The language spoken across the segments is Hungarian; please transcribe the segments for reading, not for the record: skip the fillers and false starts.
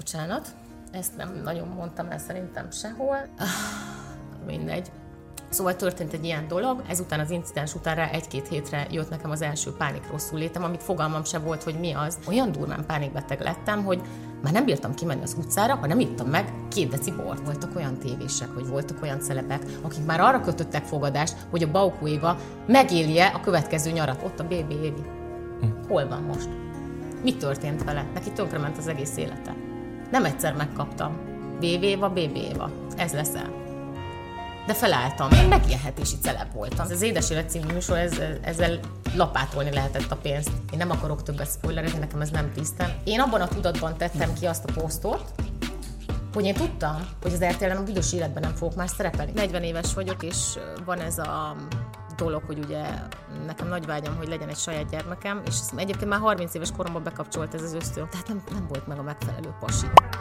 Bocsánat, ezt nem nagyon mondtam el szerintem sehol. Mindegy. Szóval történt egy ilyen dolog, ezután az incidens után rá 1-2 hétre jött nekem az első pánik rosszul létem, amit fogalmam se volt, hogy mi az. Olyan durván pánikbeteg lettem, hogy már nem bírtam kimenni az utcára, ha nem ittam meg 2 deci bort. Voltak olyan tévések, hogy voltak olyan celebek, akik már arra kötöttek fogadást, hogy a Baukó Éva megélje a következő nyarat. Ott a BB Évi. Hol van most? Mi történt vele? Neki tönkrement az egész élete. Nem egyszer megkaptam. BB Éva, BB Éva. Ez leszel. De felálltam. Én megélhetési celeb voltam. Az Édes Élet című műsor, ezzel lapátolni lehetett a pénzt. Én nem akarok többet spoilerezni, nekem ez nem tisztem. Én abban a tudatban tettem ki azt a posztot, hogy én tudtam, hogy az RTL-en a büdös életben nem fogok már szerepelni. 40 éves vagyok, és van ez a dolog, hogy ugye nekem nagy vágyam, hogy legyen egy saját gyermekem, és egyébként már 30 éves koromban bekapcsolt ez az ösztön. Tehát nem volt meg a megfelelő pasi.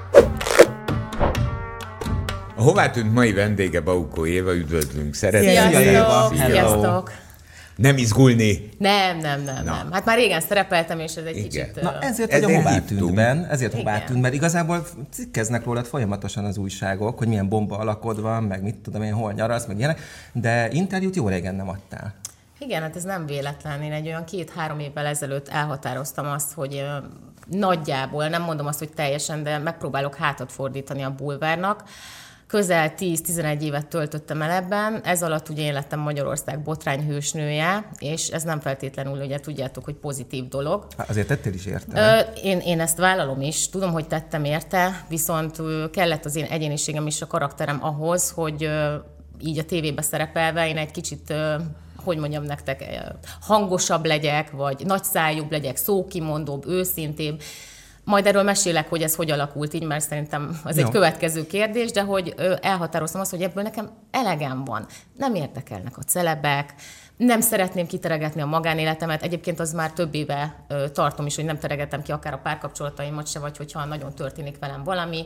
A hová tűnt mai vendége Baukó Éva, üdvözlünk, szeretettel. Sziasztok! Nem izgulni? Nem. Hát már régen szerepeltem, és ez egy kicsit... Na ezért, hogy a hová tűnt, mert igazából cikkeznek rólad folyamatosan az újságok, hogy milyen bomba alakod van, meg mit tudom én, hol nyaralsz, meg ilyenek, de interjút jó régen nem adtál. Igen, hát ez nem véletlen. Én egy olyan 2-3 évvel ezelőtt elhatároztam azt, hogy nagyjából, nem mondom azt, hogy teljesen, de megpróbálok hátat fordítani a bulvárnak. Közel 10-11 évet töltöttem el ebben, ez alatt ugye én lettem Magyarország botrányhősnője, és ez nem feltétlenül, ugye tudjátok, hogy pozitív dolog. Azért tettél is érte. Én ezt vállalom is, tudom, hogy tettem érte, viszont kellett az én egyéniségem és a karakterem ahhoz, hogy így a tévébe szerepelve én egy kicsit, hogy mondjam nektek, hangosabb legyek, vagy nagyszájúbb legyek, szókimondóbb, őszintébb. Majd erről mesélek, hogy ez hogy alakult így, mert szerintem az egy következő kérdés, de hogy elhatároztam azt, hogy ebből nekem elegem van. Nem érdekelnek a celebek, nem szeretném kiteregetni a magánéletemet. Egyébként az már több éve tartom is, hogy nem teregetem ki akár a párkapcsolataimat se, vagy hogyha nagyon történik velem valami.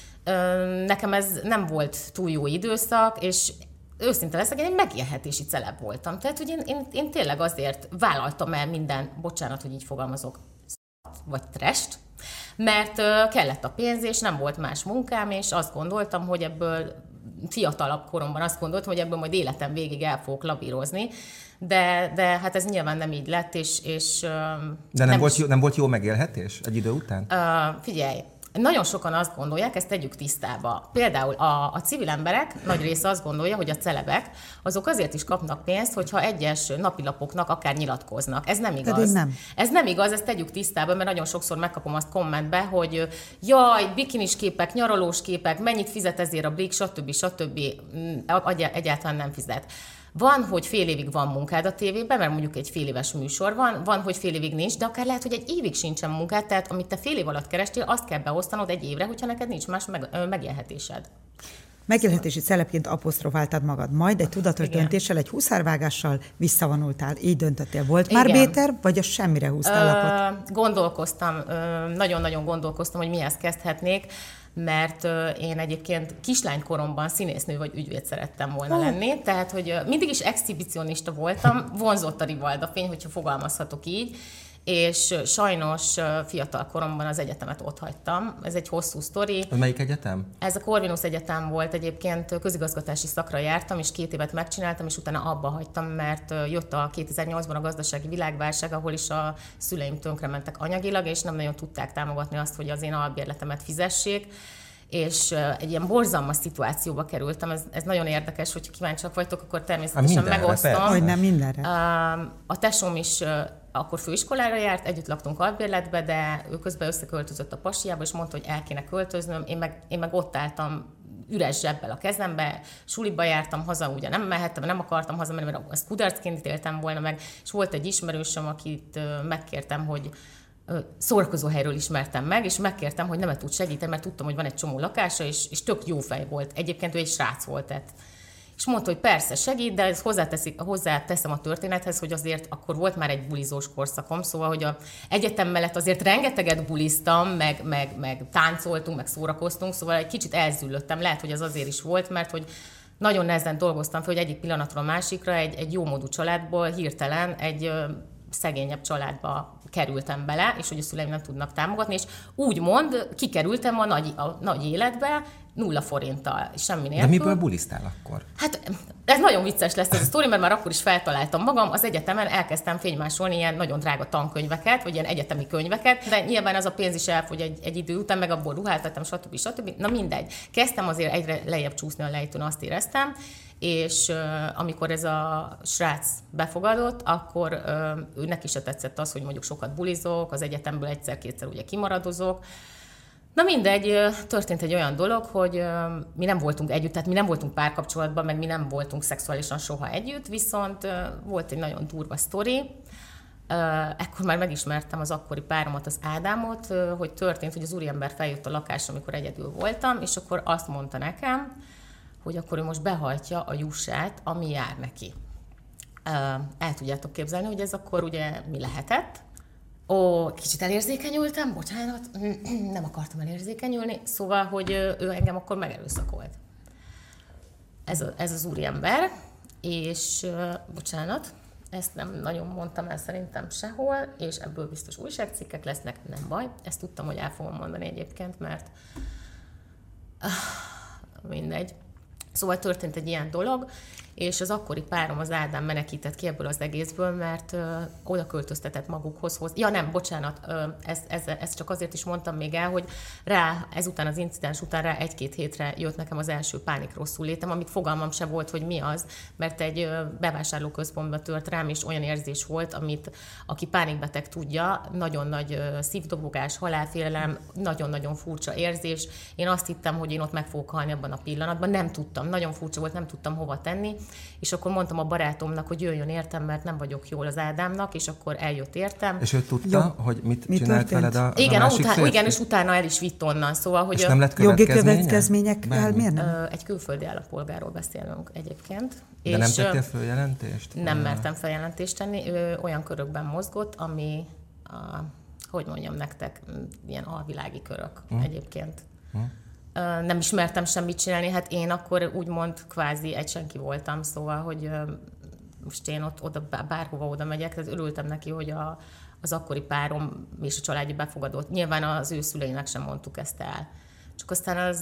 Nekem ez nem volt túl jó időszak, és őszinte leszek, én egy megélhetési celeb voltam. Tehát, hogy én tényleg azért vállaltam el minden, bocsánat, hogy így fogalmazok, vagy trest, mert kellett a pénz, és nem volt más munkám, és azt gondoltam, hogy ebből fiatalabb koromban azt gondoltam, hogy ebből majd életem végig el fogok lavírozni, de hát ez nyilván nem így lett, és de nem volt jó megélhetés egy idő után? Figyelj, nagyon sokan azt gondolják, ezt tegyük tisztába. Például a civil emberek nagy része azt gondolja, hogy a celebek azok azért is kapnak pénzt, hogyha egyes napilapoknak akár nyilatkoznak. Ez nem igaz. Ez nem igaz, ezt tegyük tisztába, mert nagyon sokszor megkapom azt kommentbe, hogy jaj, bikinis képek, nyaralós képek, mennyit fizet ezért a Blik, stb. Egyáltalán nem fizet. Van, hogy fél évig van munkád a tévében, mert mondjuk egy fél éves műsor van, hogy fél évig nincs, de akár lehet, hogy egy évig sincsen munkád, tehát amit te fél év alatt kerestél, azt kell beosztanod egy évre, hogyha neked nincs más megélhetésed. Megélhetési celebként apostrofáltad magad, majd egy tudatos döntéssel, egy huszárvágással visszavonultál, így döntöttél. Volt már Béter, vagy a semmire húztál lapot? Gondolkoztam, nagyon-nagyon gondolkoztam, hogy mihez kezdhetnék, mert én egyébként kislánykoromban színésznő vagy ügyvéd szerettem volna lenni, tehát hogy mindig is exhibicionista voltam, vonzott a rivalda-fény, hogyha fogalmazhatok így, és sajnos fiatal koromban az egyetemet ott hagytam. Ez egy hosszú sztori. Az melyik egyetem? Ez a Corvinus Egyetem volt, egyébként közigazgatási szakra jártam, és 2 évet megcsináltam, és utána abba hagytam, mert jött a 2008-ban a gazdasági világválság, ahol is a szüleim tönkrementek anyagilag, és nem nagyon tudták támogatni azt, hogy az én albérletemet fizessék. És egy ilyen borzalmas szituációba kerültem. Ez nagyon érdekes, hogyha kíváncsiak vagytok, akkor természetesen megosztom. Hogy nem mindenre. A tesóm is akkor főiskolára járt, együtt laktunk albérletbe, de ő közben összeköltözött a pasiába, és mondta, hogy el kéne költöznöm. Én meg ott álltam üres zsebbel a kezembe, suliba jártam haza, ugye nem mehettem, nem akartam hazamenni, mert azt kudarcként éltem volna meg, és volt egy ismerősöm, akit megkértem, hogy szórakozóhelyről ismertem meg, és megkértem, hogy nem tud segíteni, mert tudtam, hogy van egy csomó lakása, és tök jó fej volt. Egyébként ő egy srác volt, tehát. És mondta, hogy persze segít, de ezt hozzáteszem a történethez, hogy azért akkor volt már egy bulizós korszakom, szóval, hogy az egyetem mellett azért rengeteget buliztam, meg táncoltunk, meg szórakoztunk, szóval egy kicsit elzüllöttem. Lehet, hogy az azért is volt, mert hogy nagyon nehezen dolgoztam fel, hogy egyik pillanatról a másikra egy jómódú családból hirtelen egy szegényebb családba kerültem bele, és hogy a szüleim nem tudnak támogatni, és úgymond kikerültem a nagy életbe, 0 forinttal, semmi nélkül. De miből bulisztál akkor? Hát ez nagyon vicces lesz ez a sztori, mert már akkor is feltaláltam magam. Az egyetemen elkezdtem fénymásolni ilyen nagyon drága tankönyveket, vagy ilyen egyetemi könyveket, de nyilván az a pénz is elfogy egy idő után, meg abból ruháltattam, stb. Na mindegy. Kezdtem azért egyre lejjebb csúszni a lejtőn, azt éreztem, és amikor ez a srác befogadott, akkor ő neki se tetszett az, hogy mondjuk sokat bulizok, az egyetemből egyszer-kétszer ugye kimaradozok. Na mindegy, történt egy olyan dolog, hogy mi nem voltunk együtt, tehát mi nem voltunk párkapcsolatban, meg mi nem voltunk szexuálisan soha együtt, viszont volt egy nagyon durva sztori. Ekkor már megismertem az akkori páromat, az Ádámot, hogy történt, hogy az úriember feljött a lakásra, amikor egyedül voltam, és akkor azt mondta nekem, hogy akkor ő most behajtja a jussát, ami jár neki. El tudjátok képzelni, hogy ez akkor ugye mi lehetett? Kicsit elérzékenyültem, bocsánat, nem akartam elérzékenyülni, szóval, hogy ő engem akkor megerőszakolt. Ez az úriember, és bocsánat, ezt nem nagyon mondtam el szerintem sehol, és ebből biztos újságcikkek lesznek, nem baj, ezt tudtam, hogy el fogom mondani egyébként, mert mindegy. Szóval történt egy ilyen dolog, és az akkori párom, az Ádám menekített ki ebből az egészből, mert oda költöztetett magukhoz. Ja nem, bocsánat, ezt csak azért is mondtam még el, hogy ezután az incidens után rá 1-2 hétre jött nekem az első pánik rosszul létem, amit fogalmam se volt, hogy mi az, mert egy bevásárlóközpontba tört rám, és olyan érzés volt, amit aki pánikbeteg tudja, nagyon nagy szívdobogás, halálfélelem, nagyon-nagyon furcsa érzés. Én azt hittem, hogy én ott meg fogok halni abban a pillanatban, nem tudtam, nagyon furcsa volt, nem tudtam hova tenni, és akkor mondtam a barátomnak, hogy jöjjön értem, mert nem vagyok jól az Ádámnak, és akkor eljött értem. És ő tudta, hogy mit csinált veled a másik férfi? Igen, és utána el is vitt onnan. Szóval, hogy és nem lett jogi következményekkel miért nem? Egy külföldi állampolgárról beszélünk egyébként. De és nem tettél feljelentést? Nem mertem feljelentést tenni. Ő olyan körökben mozgott, ami, hogy mondjam nektek, ilyen alvilági körök egyébként. Nem ismertem semmit csinálni, hát én akkor úgymond kvázi egy senki voltam, szóval, hogy most én ott oda, bárhova oda megyek, tehát örültem neki, hogy az akkori párom és a családja befogadott. Nyilván az ő szüleinek sem mondtuk ezt el. Csak aztán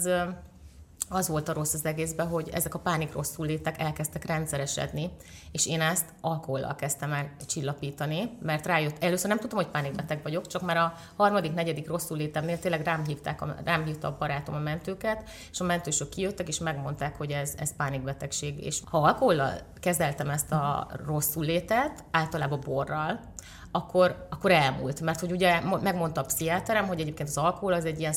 az volt a rossz az egészben, hogy ezek a pánik rosszullétek elkezdtek rendszeresedni, és én ezt alkohollal kezdtem el csillapítani, mert rájött, először nem tudtam, hogy pánikbeteg vagyok, csak már a 3.-4. rosszullétemnél tényleg rám hívta a barátom a mentőket, és a mentősök kijöttek, és megmondták, hogy ez pánikbetegség. És ha alkohollal kezeltem ezt a rosszullétet, általában borral, akkor elmúlt. Mert hogy ugye megmondta a pszichiáterem, hogy egyébként az alkohol az egy ilyen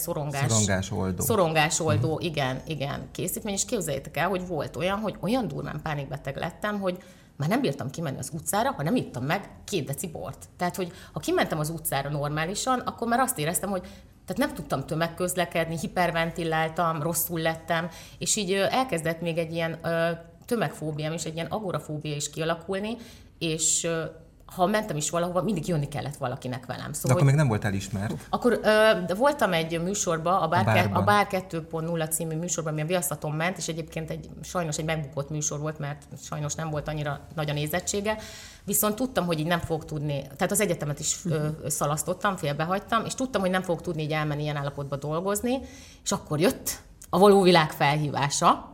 szorongásoldó, igen, készítmény, és képzeljétek el, hogy volt olyan, hogy olyan durván pánikbeteg lettem, hogy már nem bírtam kimenni az utcára, ha nem ittam meg 2 deci bort. Tehát, hogy ha kimentem az utcára normálisan, akkor már azt éreztem, hogy tehát nem tudtam tömegközlekedni, hiperventiláltam, rosszul lettem, és így elkezdett még egy ilyen tömegfóbiám és egy ilyen agorafóbia is kialakulni, és ha mentem is valahova, mindig jönni kellett valakinek velem. Szóval, de akkor még nem voltál ismert? Akkor voltam egy műsorban, a Bár 2.0 című műsorban, ami a Viasztaton ment, és egyébként sajnos egy megbukott műsor volt, mert sajnos nem volt annyira nagy a nézettsége, viszont tudtam, hogy így nem fogok tudni, tehát az egyetemet is szalasztottam, félbehagytam, és tudtam, hogy nem fogok tudni így elmenni ilyen állapotba dolgozni, és akkor jött a való világ felhívása,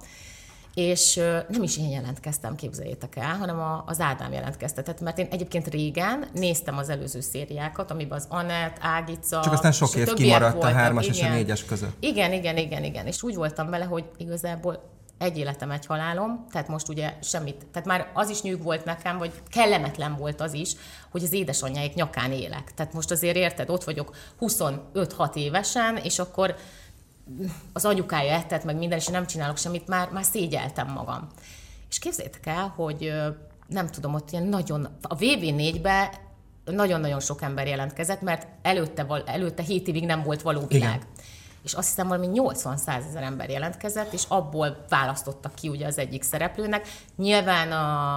és nem is én jelentkeztem, képzeljétek el, hanem az Ádám jelentkeztetett, mert én egyébként régen néztem az előző szériákat, amiben az Anett, Ágica, csak aztán sok év kimaradt a 3-as és a 4-es között. Igen, és úgy voltam vele, hogy igazából egy életem, egy halálom, tehát most ugye semmit, tehát már az is nyűg volt nekem, vagy kellemetlen volt az is, hogy az édesanyjáik nyakán élek. Tehát most azért érted, ott vagyok 25-6 évesen, és akkor az anyukája ettet, meg minden, és nem csinálok semmit, már szégyeltem magam. És képzeljétek el, hogy nem tudom, ott ilyen nagyon, a VV4-be nagyon-nagyon sok ember jelentkezett, mert előtte 7 évig nem volt való világ. Igen. És azt hiszem, valami 80-100 ezer ember jelentkezett, és abból választottak ki ugye az egyik szereplőnek. Nyilván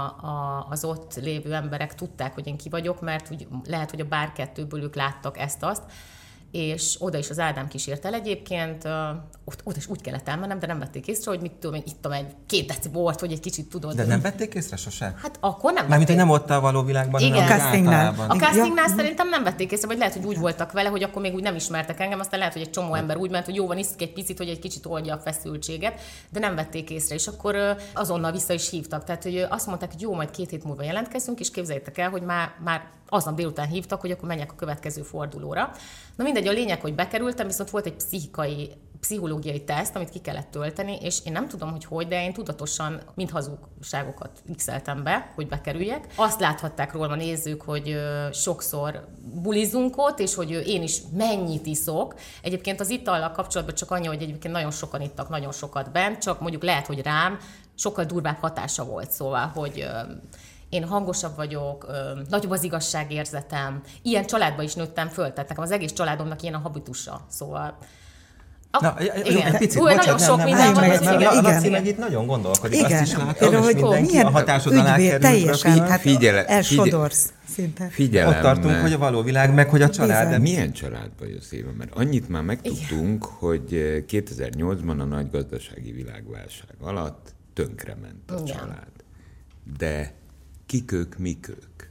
az ott lévő emberek tudták, hogy én ki vagyok, mert úgy lehet, hogy a Bár 2-ből ők láttak ezt-azt, és oda is az Ádám kísért el egyébként, ott is úgy kellett elmennem, de nem vették észre, hogy mit tudom én, ittam egy 2 deci bort, hogy egy kicsit tudod. De nem vették észre sose? Hát akkor nem. Mármint, hogy nem ott a való világban, igen. hanem általában. A castingnál szerintem nem vették észre, vagy lehet, hogy úgy voltak vele, hogy akkor még úgy nem ismertek engem, aztán lehet, hogy egy csomó ember úgy ment, hogy jó van, iszk egy picit, hogy egy kicsit oldja a feszültséget, de nem vették észre, és akkor azonnal vissza is hívtak. Tehát, hogy azt mondták, hogy jó, majd 2 hét múlva jelentkezünk, és képzeljétek el, hogy már aznap délután hívtak, hogy akkor menjek a következő fordulóra. Na mindegy, a lényeg, hogy bekerültem, viszont volt egy pszichológiai teszt, amit ki kellett tölteni, és én nem tudom, hogy, de én tudatosan mind hazugságokat x-eltem be, hogy bekerüljek. Azt láthatták rólam a nézők, hogy sokszor bulizunk ott, és hogy én is mennyit iszok. Egyébként az itallal kapcsolatban csak annyi, hogy egyébként nagyon sokan ittak, nagyon sokat bent, csak mondjuk lehet, hogy rám sokkal durvább hatása volt, szóval, hogy én hangosabb vagyok, nagyobb az igazságérzetem. Ilyen családba is nőttem föl, tehát nekem az egész családomnak ilyen a habitusa, szóval... Egy picit, nagyon sok minden van. A Laci meg itt nagyon gondolkodik, igen. Azt is látom, és mindenki a hatásod alá kerül. Teljesen, hát elsodorsz szinte. Figyelem. Ott tartunk, hogy a való világ, meg hogy a család. De milyen családban jössz, Éva? Mert annyit már megtudtunk, hogy 2008-ban a nagy gazdasági világválság alatt tönkrement a család. De kik ők, mik ők?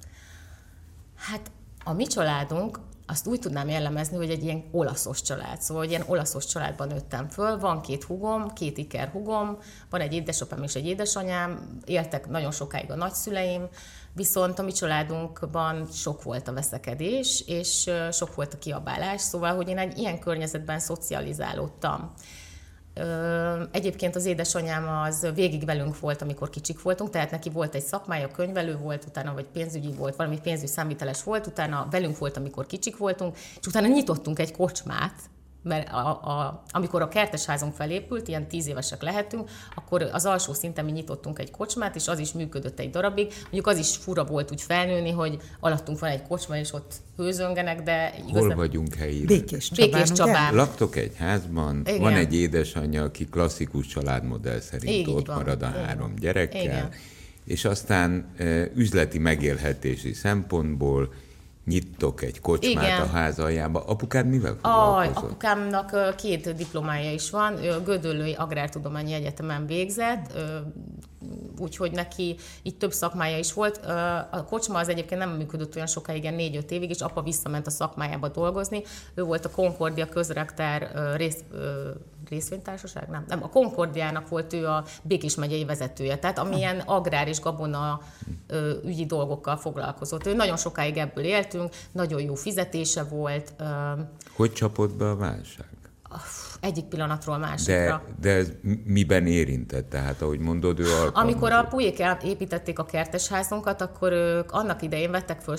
Hát a mi családunk, azt úgy tudnám jellemezni, hogy egy ilyen olaszos család. Szóval, hogy ilyen olaszos családban nőttem föl. Van 2 húgom, 2 ikerhúgom, van egy édesapám és egy édesanyám, éltek nagyon sokáig a nagyszüleim, viszont a mi családunkban sok volt a veszekedés, és sok volt a kiabálás, szóval, hogy én egy ilyen környezetben szocializálódtam. Egyébként az édesanyám az végig velünk volt, amikor kicsik voltunk, tehát neki volt egy szakmája, könyvelő volt, utána vagy pénzügyi volt, valami pénzügyi számviteles volt, utána velünk volt, amikor kicsik voltunk, és utána nyitottunk egy kocsmát, mert amikor a kertesházunk felépült, ilyen 10 évesek lehetünk, akkor az alsó szinten mi nyitottunk egy kocsmát, és az is működött egy darabig. Mondjuk az is fura volt úgy felnőni, hogy alattunk van egy kocsma, és ott hőzöngenek, de igazán... Hol vagyunk helyileg? Békés Csabán. Laktok egy házban, igen. Van egy édesanyja, aki klasszikus családmodell szerint így ott van. Marad a 3 gyerekkel, igen. És aztán üzleti megélhetési szempontból nyittok egy kocsmát, igen. A ház aljába. Apukád mivel foglalkozott? Apukámnak 2 diplomája is van. Ő a Gödöllői Agrártudományi Egyetemen végzett, úgyhogy neki itt több szakmája is volt. A kocsma az egyébként nem működött olyan sokáig, 4-5 évig, és apa visszament a szakmájába dolgozni. Ő volt a Concordia közraktár részvénytársaság? Nem, a Concordiának volt ő a Békés megyei vezetője, tehát amilyen agrár és gabona ügyi dolgokkal foglalkozott. Ő nagyon sokáig ebből éltünk, nagyon jó fizetése volt. Hogy csapott be a válság? Egyik pillanatról másikra. De ez miben érintett? Tehát, ahogy mondod, ő alkalmazott? Amikor a pulyék építették a kertesházunkat, akkor ők annak idején vettek föl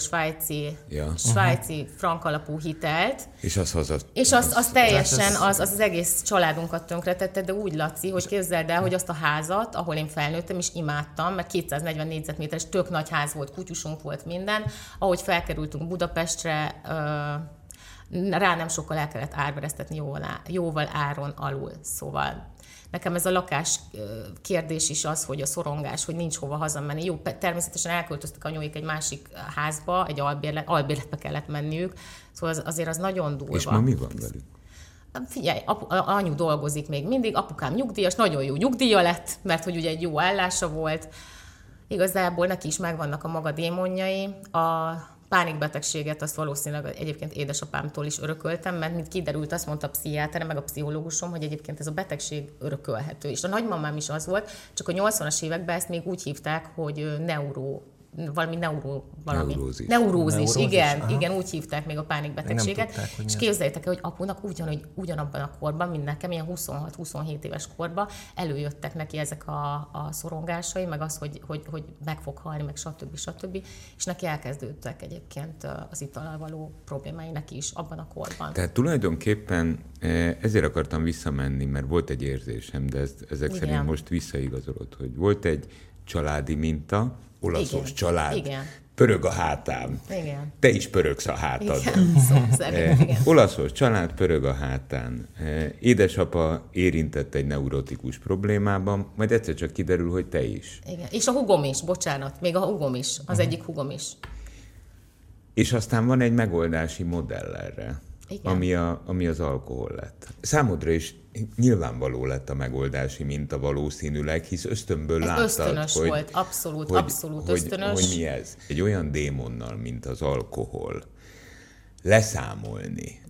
svájci frank alapú hitelt. És az teljesen az egész családunkat tönkretette, de úgy, Laci, hogy képzeld el, hogy azt a házat, ahol én felnőttem, és imádtam, mert 240 négyzetméteres, tök nagy ház volt, kutyusunk volt, minden. Ahogy felkerültünk Budapestre, rá nem sokkal el kellett árveresztetni jóval áron alul. Szóval nekem ez a lakás kérdés is az, hogy a szorongás, hogy nincs hova hazamenni. Jó, természetesen elköltöztek anyóik egy másik házba, egy albérletbe kellett menniük, szóval azért az nagyon durva. És ma mi van velük? Figyelj, anyu dolgozik még mindig, apukám nyugdíjas, nagyon jó nyugdíja lett, mert hogy ugye egy jó állása volt. Igazából neki is megvannak a maga démonjai. A pánikbetegséget azt valószínűleg egyébként édesapámtól is örököltem, mert mint kiderült, azt mondta a pszichiáter, meg a pszichológusom, hogy egyébként ez a betegség örökölhető. És a nagymamám is az volt, csak a 80-as években ezt még úgy hívták, hogy neurózis, igen, úgy hívták még a pánikbetegséget. És képzeljétek el, hogy apunak ugyanabban a korban, mint nekem, ilyen 26-27 éves korban előjöttek neki ezek a szorongásai, meg az, hogy meg fog halni, meg stb. És neki elkezdődtek egyébként az itallal való problémái neki is abban a korban. Tehát tulajdonképpen ezért akartam visszamenni, mert volt egy érzésem, de ezek szerint most visszaigazolod, hogy volt egy családi minta, olaszos család, igen. Pörög a hátám. Igen. Te is pörögsz a hátadon. Igen. Olaszos család, pörög a hátán. Édesapa érintett egy neurotikus problémában, majd egyszer csak kiderül, hogy te is. Igen. És a húgom is, bocsánat, még a húgom is, egyik húgom is. És aztán van egy megoldási modell erre. ami az alkohol lett. Számodra is nyilvánvaló lett a megoldási minta valószínűleg, hisz ösztönből láttad, ösztönös hogy, volt, abszolút ösztönös. Hogy mi ez? Egy olyan démonnal, mint az alkohol, leszámolni,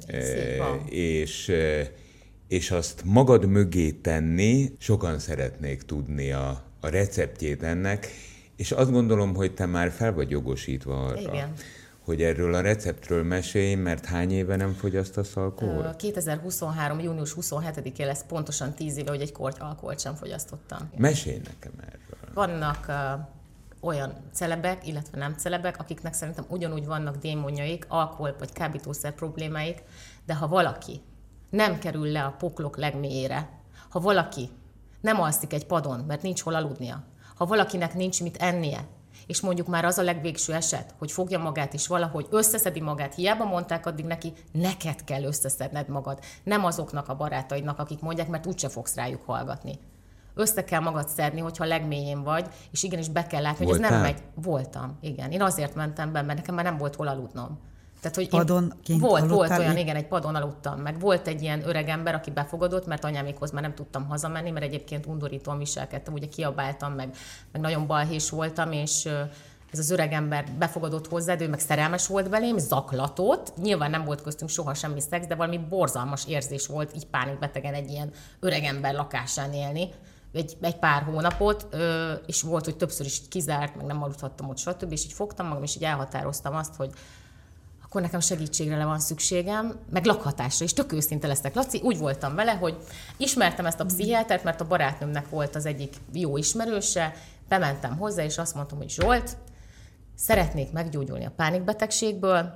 és azt magad mögé tenni, sokan szeretnék tudni a receptjét ennek, és azt gondolom, hogy te már fel vagy jogosítva arra, hogy erről a receptről mesélj, mert hány éve nem fogyasztasz alkoholt? 2023. június 27-én lesz pontosan 10 éve, hogy egy korty alkoholt sem fogyasztottam. Mesélj nekem erről. Vannak olyan celebek, illetve nem celebek, akiknek szerintem ugyanúgy vannak démonjaik, alkohol vagy kábítószer problémáik, de ha valaki nem kerül le a poklok legmélyére, ha valaki nem alszik egy padon, mert nincs hol aludnia, ha valakinek nincs mit ennie, és mondjuk már az a legvégső eset, hogy fogja magát és valahogy összeszedi magát, hiába mondták addig neki, neked kell összeszedned magad, nem azoknak a barátaidnak, akik mondják, mert úgyse fogsz rájuk hallgatni. Össze kell magad szedni, hogyha legmélyén vagy, és igenis be kell látni, hogy ez nem megy. Voltam, igen. Én azért mentem be, mert nekem már nem volt hol aludnom. Tehát, hogy volt olyan, igen, egy padon aludtam, meg volt egy ilyen öreg ember, aki befogadott, mert anyámékhoz már nem tudtam hazamenni, mert egyébként undorítóan viselkedtem, ugye kiabáltam, meg nagyon balhés voltam, és ez az öreg ember befogadott hozzá, de ő meg szerelmes volt belém, zaklatott, nyilván nem volt köztünk soha semmi szex, de valami borzalmas érzés volt így pánikbetegen egy ilyen öreg ember lakásán élni, egy pár hónapot, és volt, hogy többször is kizárt, meg nem aludhattam ott, stb. És így fogtam magam, és így elhatároztam azt, hogy akkor nekem segítségre van szükségem, meg lakhatásra is. Tök őszinte leszek, Laci. Úgy voltam vele, hogy ismertem ezt a pszichiátert, mert a barátnőmnek volt az egyik jó ismerőse, bementem hozzá, és azt mondtam, hogy Zsolt, szeretnék meggyógyulni a pánikbetegségből,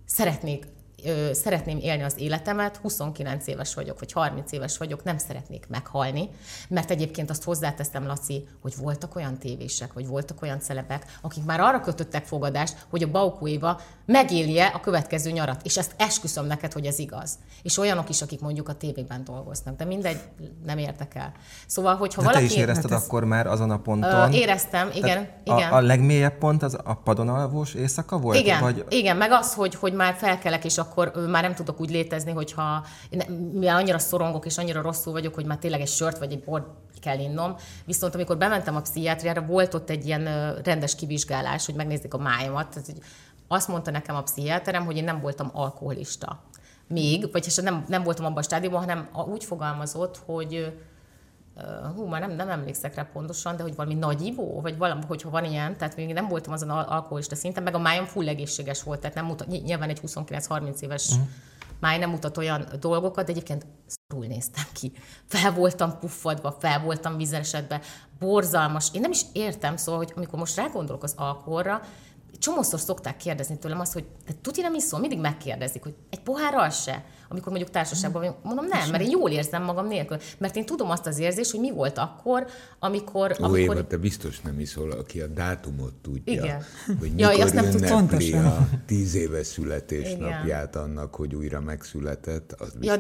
szeretném élni az életemet, 29 éves vagyok, vagy 30 éves vagyok, nem szeretnék meghalni, mert egyébként azt hozzáteszem, Laci, hogy voltak olyan tévések, vagy voltak olyan celebek, akik már arra kötöttek fogadást, hogy a Baukó Éva megélje a következő nyarat, és ezt esküszöm neked, hogy ez igaz. És olyanok is, akik mondjuk a tévében dolgoznak, de mindegy, nem érdekel. Szóval, hogyha valaki... Te is érezted akkor már azon a ponton? Éreztem, igen. A legmélyebb pont az a padon alvós éjszaka volt? Igen, meg az, hogy már felkelek, és akkor már nem tudok úgy létezni, hogyha mivel annyira szorongok, és annyira rosszul vagyok, hogy már tényleg egy sört vagy egy bort kell innom. Viszont amikor bementem a pszichiátriára, volt ott egy ilyen rendes kivizsgálás, hogy megnézzék a májamat. Tehát, azt mondta nekem a pszichiáterem, hogy én nem voltam alkoholista. Vagyis nem voltam abban a stádiumban, hanem úgy fogalmazott, hogy már nem emlékszek rá pontosan, de hogy valami nagyivó, vagy valami, hogyha van ilyen, tehát még nem voltam azon alkoholista szinten, meg a májam full egészséges volt, tehát nem mutat, nyilván egy 29-30 éves máj nem mutat olyan dolgokat, de egyébként szarul néztem ki. Fel voltam puffadva, fel voltam vizesedve, borzalmas. Én nem is értem, szóval, hogy amikor most rágondolok az alkoholra, csomószor szokták kérdezni tőlem azt, hogy te tuti nem iszol, mindig megkérdezik, hogy egy pohárral se, amikor mondjuk társaságban vagyok, mondom nem, mert én jól érzem magam nélkül, mert én tudom azt az érzést, hogy mi volt akkor, amikor... Éva, te biztos nem iszol, aki a dátumot tudja, igen. hogy mikor ünnepli a 10 éves születésnapját annak, hogy újra megszületett.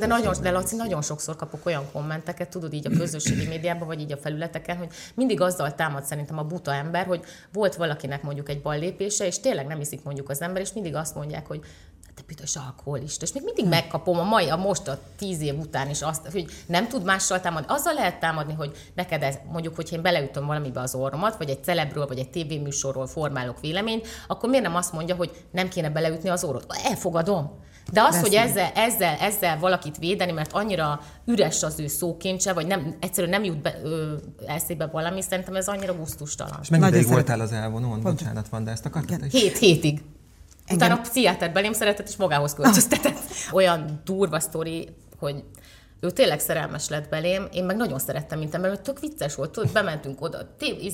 De Laci, nagyon sokszor kapok olyan kommenteket, tudod így a közösségi médiában, vagy így a felületeken, hogy mindig azzal támad szerintem a buta ember, hogy volt valakinek mondjuk egy ballépése, és tényleg nem iszik mondjuk az ember, és mindig azt mondják, hogy te büdös alkoholista, és még mindig megkapom most a 10 év után is azt, hogy nem tud mással támadni. Azzal lehet támadni, hogy neked ez, mondjuk, hogyha én beleütöm valamibe az orromat, vagy egy celebről, vagy egy tévéműsorról formálok véleményt, akkor miért nem azt mondja, hogy nem kéne beleütni az orrot? Elfogadom. De az, hogy ezzel valakit védeni, mert annyira üres az ő szókincse, vagy egyszerűen nem jut eszébe valami, szerintem ez annyira gusztustalan. És mennyi ideig voltál az elvonón? Bocsánat, van, de ezt akartad? 7 hétig. Utána a pszichiáter belém szeretett, és magához költöztetett. Olyan durva sztori, hogy ő tényleg szerelmes lett belém, én meg nagyon szerettem, mint ember, mert tök vicces volt, tudod, bementünk oda,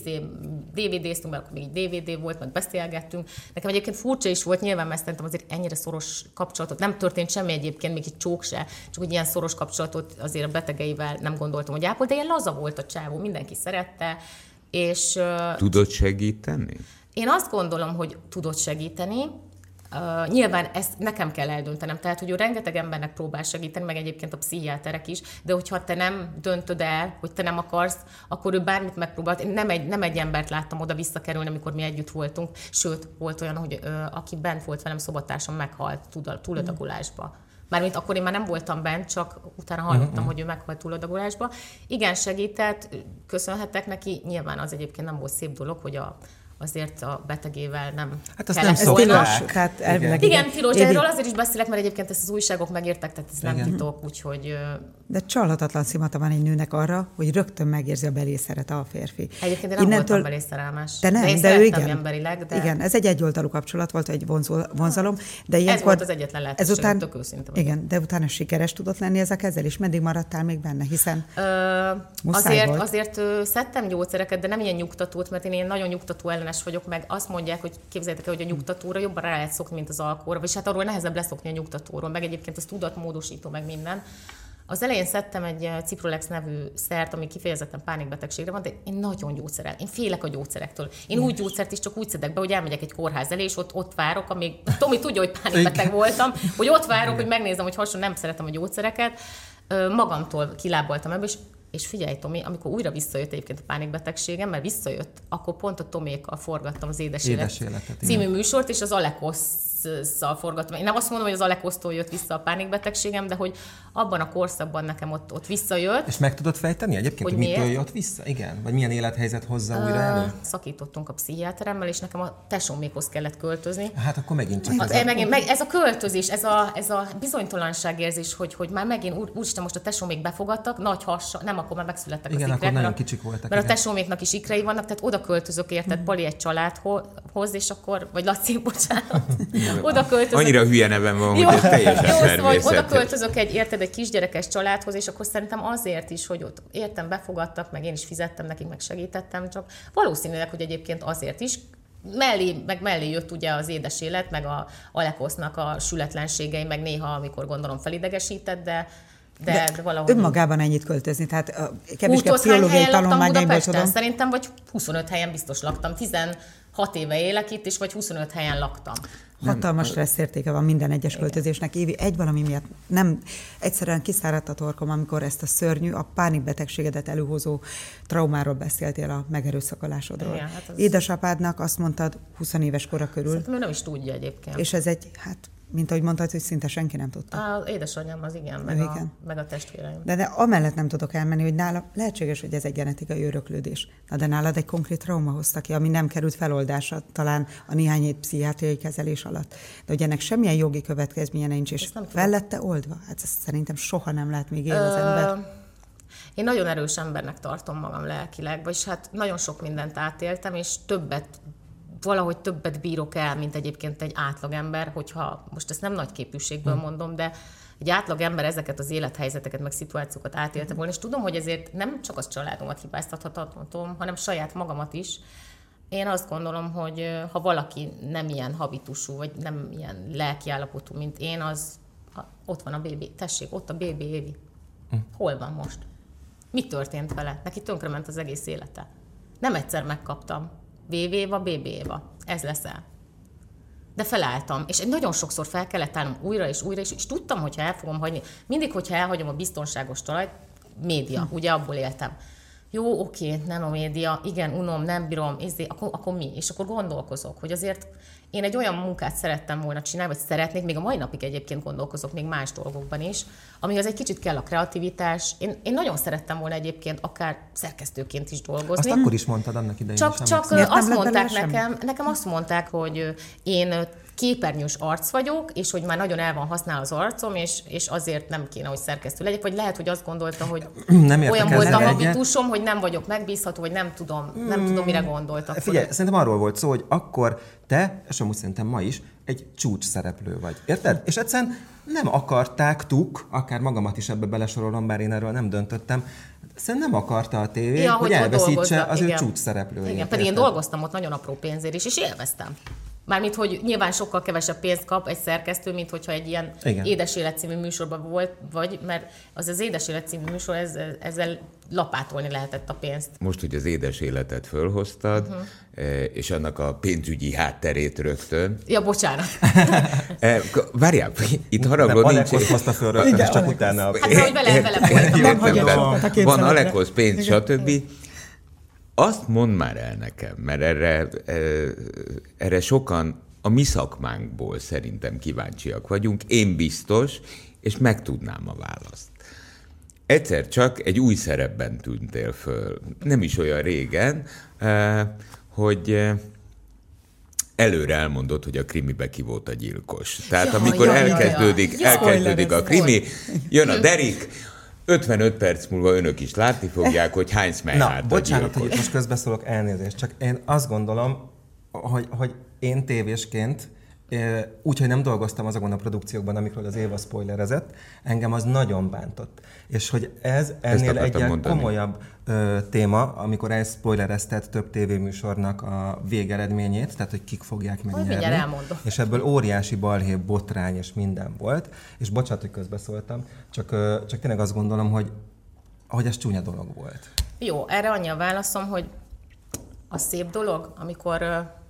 DVD-ztünk, mert akkor még egy DVD volt, meg beszélgettünk. Nekem egyébként furcsa is volt, nyilván, mert szerintem azért ennyire szoros kapcsolatot, nem történt semmi egyébként, még egy csók se, csak hogy ilyen szoros kapcsolatot azért a betegeivel nem gondoltam, hogy ápol, de ilyen laza volt a csávó, mindenki szerette, és... Tudod segíteni? Én azt gondolom, hogy tudod segíteni. Nyilván ezt nekem kell eldöntenem, tehát hogy ő rengeteg embernek próbál segíteni, meg egyébként a pszichiáterek is, de hogyha te nem döntöd el, hogy te nem akarsz, akkor ő bármit megpróbált. Én nem egy embert láttam oda visszakerülni, amikor mi együtt voltunk, sőt, volt olyan, hogy aki bent volt velem szobatársam, meghalt túladagolásba. Mármint akkor én már nem voltam bent, csak utána hallottam, hogy ő meghalt túladagolásba. Igen, segített, köszönhetek neki. Nyilván az egyébként nem volt szép dolog, hogy azért a betegével nem hát azt nem szokták. Hát igen, tilos, de erről azért is beszélek, mert egyébként ezt az újságok megértek, tehát ez nem titok, úgyhogy... De csalhatatlan szimata van egy nőnek arra, hogy rögtön megérzi a belészeret a férfi. Egyébként én nem voltam belészerelmes. De nem, de én de ő igen. Emberileg, de... Igen, ez egy egyoldalú kapcsolat volt, egy vonzalom. De ez volt az egyetlen lehetőség, tök őszinte. Igen, de utána sikeres tudott lenni ez a kezel, és meddig maradtál még benne, hiszen azért szedtem gyógyszereket, de nem ilyen nyugtatót, mert én nagyon nyugtató ellenes vagyok, meg azt mondják, hogy képzeljétek el, hogy a nyugtatóra jobban rá lehet szokni, mint az alkoholra, és hát arról nehezebb leszokni a nyugtatóról, meg egyébként az tudatmódosító, meg minden. Az elején szedtem egy Ciprolex nevű szert, ami kifejezetten pánikbetegségre van, de én nagyon gyógyszerel. Én félek a gyógyszerektől. Én úgy gyógyszert is csak úgy szedek be, hogy elmegyek egy kórház elé, és ott várok, amíg Tomi tudja, hogy pánikbeteg voltam, hogy ott várok, hogy megnézem, hogy hasonló, nem szeretem a gyógyszereket. Magamtól kilábaltam ebből, és figyelj, Tomi, amikor újra visszajött egyébként a pánikbetegségem, mert visszajött, akkor pont a Tomékkal forgattam az Édes Életet című műsort, és az Alekosszal forgattam. Én nem azt mondom, hogy az Alekosztól jött vissza a pánikbetegségem, de hogy abban a korszakban nekem ott visszajött. És meg tudod fejteni egyébként, hogy mitől jött vissza? Igen? Vagy milyen élethelyzet hozza újra elő? Szakítottunk a pszichiáteremmel, és nekem a tesómékhoz kellett költözni. Hát akkor megint csak ez a költözés, ez a bizonytalanságérzés, hogy már megint úristen, most a tesómék befogadtak, nagy hassa, nem, akkor már megszülettek igen, az ikrek. Akkor nagyon kicsik voltak. Mert a tesóméknak is ikrei vannak, tehát oda költözök, érted, Pali egy családhoz, és akkor, vagy Laci, bocsánat, oda költözök. Annyira hülye nevem van, hogy ez teljesen természetes. Oda költözök egy kisgyerekes családhoz, és akkor szerintem azért is, hogy ott értem, befogadtak, meg én is fizettem nekik, meg segítettem, csak valószínűleg, hogy egyébként azért is, mellé jött ugye az Édes Élet, meg a Alekosznak a sületlenségei, meg néha, amikor gondolom felidegesített, de valahogy... Önmagában ennyit költözni, tehát kevésbé pszichológiai tanulmányaimból tudom. Szerintem, vagy 25 helyen biztos laktam. 16 éve élek itt, és vagy 25 helyen laktam. Hatalmas stresszértéke van minden egyes költözésnek. Évi egy valami miatt nem egyszerűen kiszáradt a torkom, amikor ezt a szörnyű, a pánikbetegségedet előhozó traumáról beszéltél, a megerőszakolásodról. Igen, hát édesapádnak azt mondtad 20 éves kora körül. Szerintem ő nem is tudja egyébként. És ez mint ahogy mondtad, hogy szinte senki nem tudta. Az édesanyám az igen, meg a testvéreim. De amellett nem tudok elmenni, hogy nála lehetséges, hogy ez egy genetikai öröklődés. De nálad egy konkrét trauma hozta ki, ami nem került feloldásra talán a néhány hét pszichiátriai kezelés alatt. De hogy ennek semmilyen jogi következménye nincs, és fel lett oldva. Hát ezt szerintem soha nem lehet még élni az ember. Én nagyon erős embernek tartom magam lelkileg, vagyis hát nagyon sok mindent átéltem, és valahogy többet bírok el, mint egyébként egy átlagember, hogyha most ezt nem nagy képűségből mondom, de egy átlagember ezeket az élethelyzeteket, meg szituációkat átélte volna, és tudom, hogy ezért nem csak az családomat hibáztathatom, hanem saját magamat is. Én azt gondolom, hogy ha valaki nem ilyen habitusú, vagy nem ilyen lelkiállapotú, mint én, ott van a bébi. Tessék, ott a bébi Évi. Hol van most? Mi történt vele? Neki tönkrement az egész élete. Nem egyszer megkaptam. VV Éva, BB Éva. Ez leszel. De felálltam, és nagyon sokszor fel kellett állnom újra és tudtam, hogyha el fogom hagyni. Mindig, hogyha elhagyom a biztonságos talajt, média, ugye abból éltem. Jó, oké, nem a média, igen, unom, nem bírom, akkor mi? És akkor gondolkozok, hogy azért én egy olyan munkát szerettem volna csinálni, vagy szeretnék, még a mai napig egyébként gondolkozok még más dolgokban is, amihez egy kicsit kell a kreativitás. Én nagyon szerettem volna egyébként akár szerkesztőként is dolgozni. Azt akkor is mondtad annak idején. Csak azt mondták nekem azt mondták, hogy én képernyős arc vagyok, és hogy már nagyon el van használva az arcom, és azért nem kéne, hogy szerkesztő legyek, vagy lehet, hogy azt gondolta, hogy olyan volt a habitusom, hogy nem vagyok megbízható, vagy nem tudom, mire gondoltak. Figyelj, szerintem arról volt szó, hogy akkor te, és amúgy szerintem ma is, egy csúcs szereplő vagy. Érted? És egyszerűen nem akartáktuk, akár magamat is ebbe belesorolom, bár én erről nem döntöttem, szerintem nem akarta a tévé, hogy elveszítse az ő csúcs szereplőjét. Igen, pedig én dolgoztam ott nagyon apró pénzért is, és élveztem. Mármint, hogy nyilván sokkal kevesebb pénzt kap egy szerkesztő, mint hogyha egy ilyen Édes Élet című műsorban volt, mert az Édes Élet című műsor, ezzel lapátolni lehetett a pénzt. Most, hogy az Édes Életet fölhoztad, és annak a pénzügyi hátterét rögtön. Ja, bocsánat. Várjál, itt haragod nincs. Alekosz hozta föl rögtön, és csak utána. Hát, hogy vele van Alekosz pénz, stb. Azt mondd már el nekem, mert erre sokan a mi szakmánkból szerintem kíváncsiak vagyunk. Én biztos, és megtudnám a választ. Egyszer csak egy új szerepben tűntél föl, nem is olyan régen, hogy előre elmondod, hogy a krimibe ki volt a gyilkos. Tehát amikor elkezdődik a krimi, jön a Derek, 55 perc múlva önök is látni fogják, hogy Heinz Meyhardt a gyilkos. Hogy itt most közbeszólok, elnézést, csak én azt gondolom, hogy én tévésként, úgyhogy nem dolgoztam azokon a produkciókban, amikről az Éva spoilerezett, engem az nagyon bántott. És hogy ez ennél egy komolyabb téma, amikor elspoilerezted több tévéműsornak a végeredményét, tehát hogy kik fogják megnyerni. És ebből óriási balhé, botrány és minden volt. És bocsánat, hogy közbeszóltam, csak tényleg azt gondolom, hogy ez csúnya dolog volt. Jó, erre annyi a válaszom, hogy a szép dolog, amikor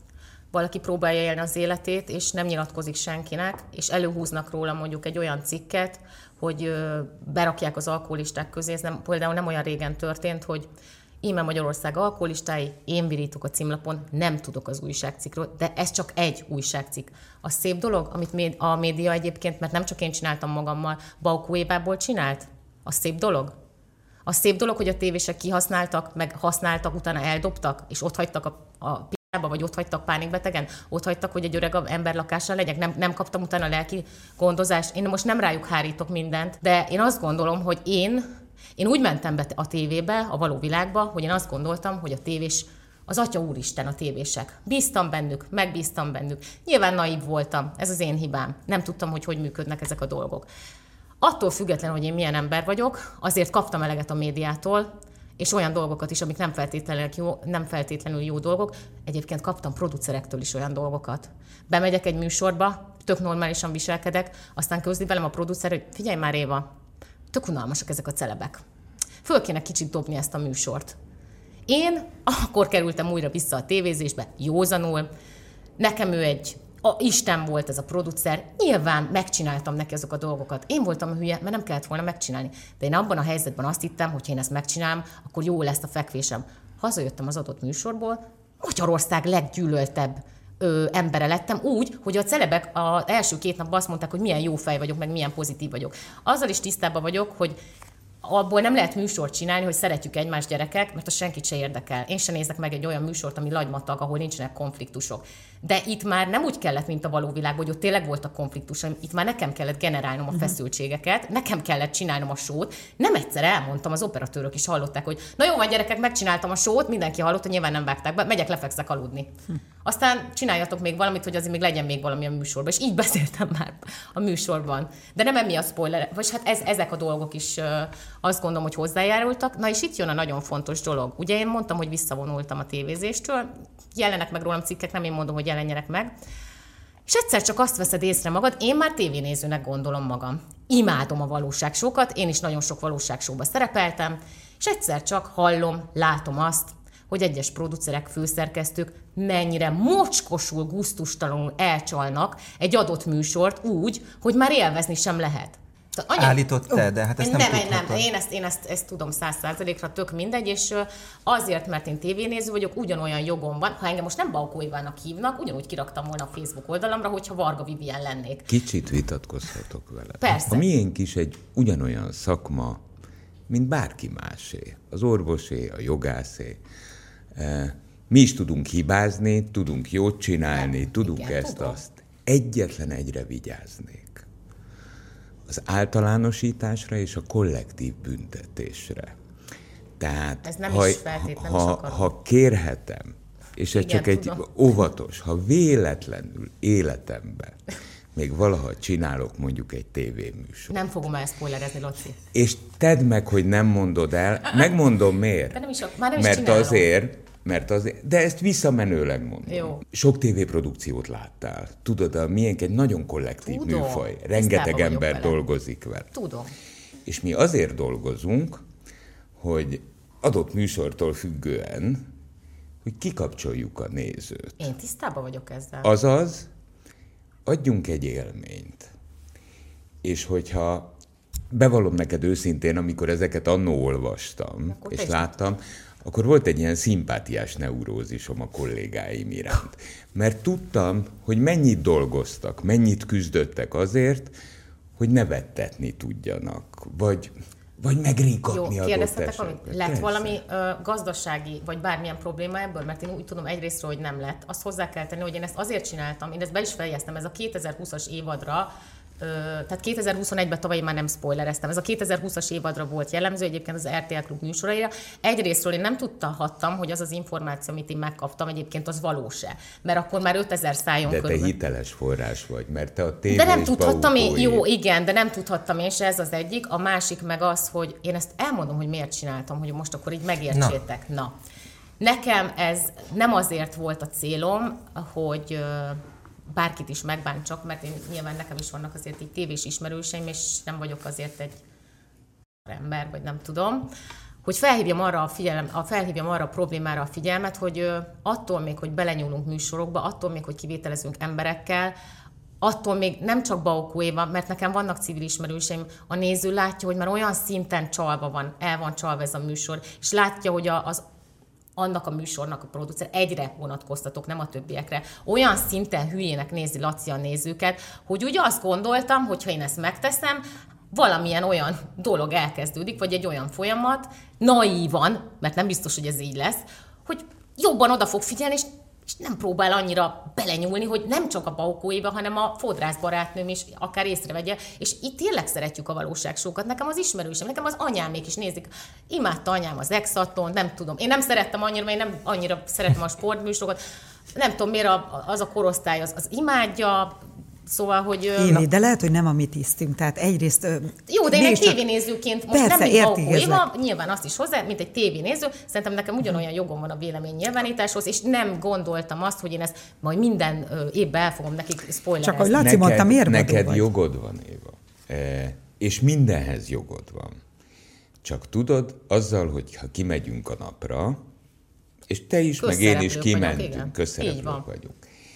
valaki próbálja élni az életét, és nem nyilatkozik senkinek, és előhúznak róla mondjuk egy olyan cikket, hogy berakják az alkoholisták közé. Ez például nem olyan régen történt, hogy íme Magyarország alkoholistái, én virítok a címlapon, nem tudok az újságcikkről, de ez csak egy újságcikk. A szép dolog, amit a média egyébként, mert nem csak én csináltam magammal, Baukó Évából csinált, a szép dolog. A szép dolog, hogy a tévések kihasználtak, meg használtak, utána eldobtak, és ott hagytak a vagy ott hagytak pánikbetegen, ott hagytak, hogy egy öreg ember lakásán legyek, nem kaptam utána lelki gondozást. Én most nem rájuk hárítok mindent, de én azt gondolom, hogy én úgy mentem be a tévébe, a való világba, hogy én azt gondoltam, hogy a tévés, az Atya Úristen a tévések. Bíztam bennük, megbíztam bennük. Nyilván naív voltam, ez az én hibám. Nem tudtam, hogy működnek ezek a dolgok. Attól függetlenül, hogy én milyen ember vagyok, azért kaptam eleget a médiától, és olyan dolgokat is, amik nem feltétlenül jó dolgok. Egyébként kaptam producerektől is olyan dolgokat. Bemegyek egy műsorba, tök normálisan viselkedek, aztán közli velem a producer, hogy figyelj már Éva, tök unalmasak ezek a celebek. Föl kéne kicsit dobni ezt a műsort. Én akkor kerültem újra vissza a tévézésbe, józanul. Nekem ő Isten volt ez a producer, nyilván megcsináltam neki azok a dolgokat. Én voltam a hülye, mert nem kellett volna megcsinálni. De én abban a helyzetben azt hittem, hogy ha én ezt megcsinálom, akkor jó lesz a fekvésem. Hazajöttem az adott műsorból, Magyarország leggyűlöltebb embere lettem úgy, hogy a celebek az első 2 napban azt mondták, hogy milyen jó fej vagyok, meg milyen pozitív vagyok. Azzal is tisztában vagyok, hogy abból nem lehet műsort csinálni, hogy szeretjük egymást gyerekek, mert az senkit se érdekel. Én sem nézek meg egy olyan műsort, ami lagymatag, ahol nincsenek konfliktusok. De itt már nem úgy kellett, mint a való világban, hogy ott tényleg voltak konfliktusok. Itt már nekem kellett generálnom a feszültségeket, nekem kellett csinálnom a sót. Nem egyszer elmondtam, az operatőrök is hallották, hogy na jó van gyerekek, megcsináltam a sót, mindenki hallotta, nyilván nem vágták be, megyek, lefekszek aludni. Aztán csináljatok még valamit, hogy azért még legyen még valami a műsorban. És így beszéltem már a műsorban. De nem emiatt spoiler, vagy hát ezek a dolgok is azt gondolom, hogy hozzájárultak. Na és itt jön a nagyon fontos dolog. Ugye én mondtam, hogy visszavonultam a tévézéstől, jelenek meg rólam cikkek, nem én mondom, hogy jelenjenek meg. És egyszer csak azt veszed észre magad, én már tévénézőnek gondolom magam. Imádom a valóságsókat, én is nagyon sok valóságsóba szerepeltem, és egyszer csak hallom, látom azt, hogy egyes producerek, főszerkesztők mennyire mocskosul, gusztustalanul elcsalnak egy adott műsort úgy, hogy már élvezni sem lehet. Állított te, de hát ezt nem tudhatod. Én ezt tudom 100%-ra, tök mindegy, és azért, mert én tévénéző vagyok, ugyanolyan jogom van, ha engem most nem Baukó Évának hívnak, ugyanúgy kiraktam volna a Facebook oldalamra, hogyha Varga Vivien lennék. Kicsit vitatkozhatok vele. Persze. A miénk is egy ugyanolyan szakma, mint bárki másé. Az orvosé, a jogászé. Mi is tudunk hibázni, tudunk jót csinálni, tudunk igen, ezt-azt. Egyetlen egyre vigyáznék. Az általánosításra és a kollektív büntetésre. Tehát, ez nem is feltétlenül ha kérhetem, és ez igen, csak egy óvatos, ha véletlenül életemben még valaha csinálok mondjuk egy tévéműsor. Nem fogom ezt spoilerezni, Loci. És tedd meg, hogy nem mondod el, megmondom miért. De nem is mert azért, de ezt visszamenőleg mondom. Jó. Sok tévéprodukciót láttál. Tudod, a miénk egy nagyon kollektív műfaj. Rengeteg ember dolgozik vele. Tudom. És mi azért dolgozunk, hogy adott műsortól függően, hogy kikapcsoljuk a nézőt. Én tisztában vagyok ezzel. Azaz, adjunk egy élményt. És hogyha bevallom neked őszintén, amikor ezeket annó olvastam, akkor és láttam, akkor volt egy ilyen szimpátiás neurózisom a kollégáim iránt. Mert tudtam, hogy mennyit dolgoztak, mennyit küzdöttek azért, hogy nevettetni tudjanak, vagy megringatni adott kérdeztetek, amit lett valami gazdasági, vagy bármilyen probléma ebből? Mert én úgy tudom egyrésztről, hogy nem lett. Azt hozzá kell tenni, hogy én ezt azért csináltam, én ezt be is feljeztem, ez a 2020-as évadra, tehát 2021-ben tavaly már nem spoilereztem. Ez a 2020-as évadra volt jellemző, egyébként az RTL Klub műsoraira. Egyrésztről én nem tudhattam, hogy az az információ, amit én megkaptam, egyébként az valós-e. Mert akkor már 5000 szájon körül. De te hiteles forrás vagy, mert te a tévés de nem tudhattam én, jó, igen, de nem tudhattam én se, ez az egyik. A másik meg az, hogy én ezt elmondom, hogy miért csináltam, hogy most akkor így megértsétek. Na. Nekem ez nem azért volt a célom, hogy bárkit is megbántsak, mert én nyilván nekem is vannak azért így tévés ismerőseim, és nem vagyok azért egy ember, vagy nem tudom, hogy felhívjam arra a problémára a figyelmet, hogy attól még, hogy belenyúlunk műsorokba, attól még, hogy kivételezünk emberekkel, attól még nem csak Baukó Éva, mert nekem vannak civil ismerőseim, a néző látja, hogy már olyan szinten el van csalva ez a műsor, és látja, hogy annak a műsornak a producer, egyre vonatkoztatok, nem a többiekre, olyan szinten hülyének nézi Laci a nézőket, hogy úgy azt gondoltam, hogy ha én ezt megteszem, valamilyen olyan dolog elkezdődik, vagy egy olyan folyamat, naívan, mert nem biztos, hogy ez így lesz, hogy jobban oda fog figyelni, és nem próbál annyira belenyúlni, hogy nem csak a Baukó Éva, hanem a fodrász barátnőm is akár észrevegye, és itt tényleg szeretjük a valóságsókat. Nekem az ismerősem, nekem az anyámék is nézik. Imádta anyám az Exaton, nem tudom. Én nem szerettem annyira, mert én nem annyira szeretem a sportműsorokat. Nem tudom, miért az a korosztály az imádja. Szóval, hogy... Évi, de lehet, hogy nem a mi tisztünk, tehát egyrészt... Jó, de én egy tévénézőként most persze, nem mint Baukó Éva, nyilván azt is hozzá, mint egy tévénéző, szerintem nekem ugyanolyan jogom van a vélemény nyilvánításhoz, és nem gondoltam azt, hogy én ezt majd minden évben el fogom nekik spoilerezni. Csak hogy Laci mondta, miért neked jogod van, Éva. És mindenhez jogod van. Csak tudod, azzal, hogy ha kimegyünk a napra, és te is, meg én is kimentünk, közszereplők vagyunk.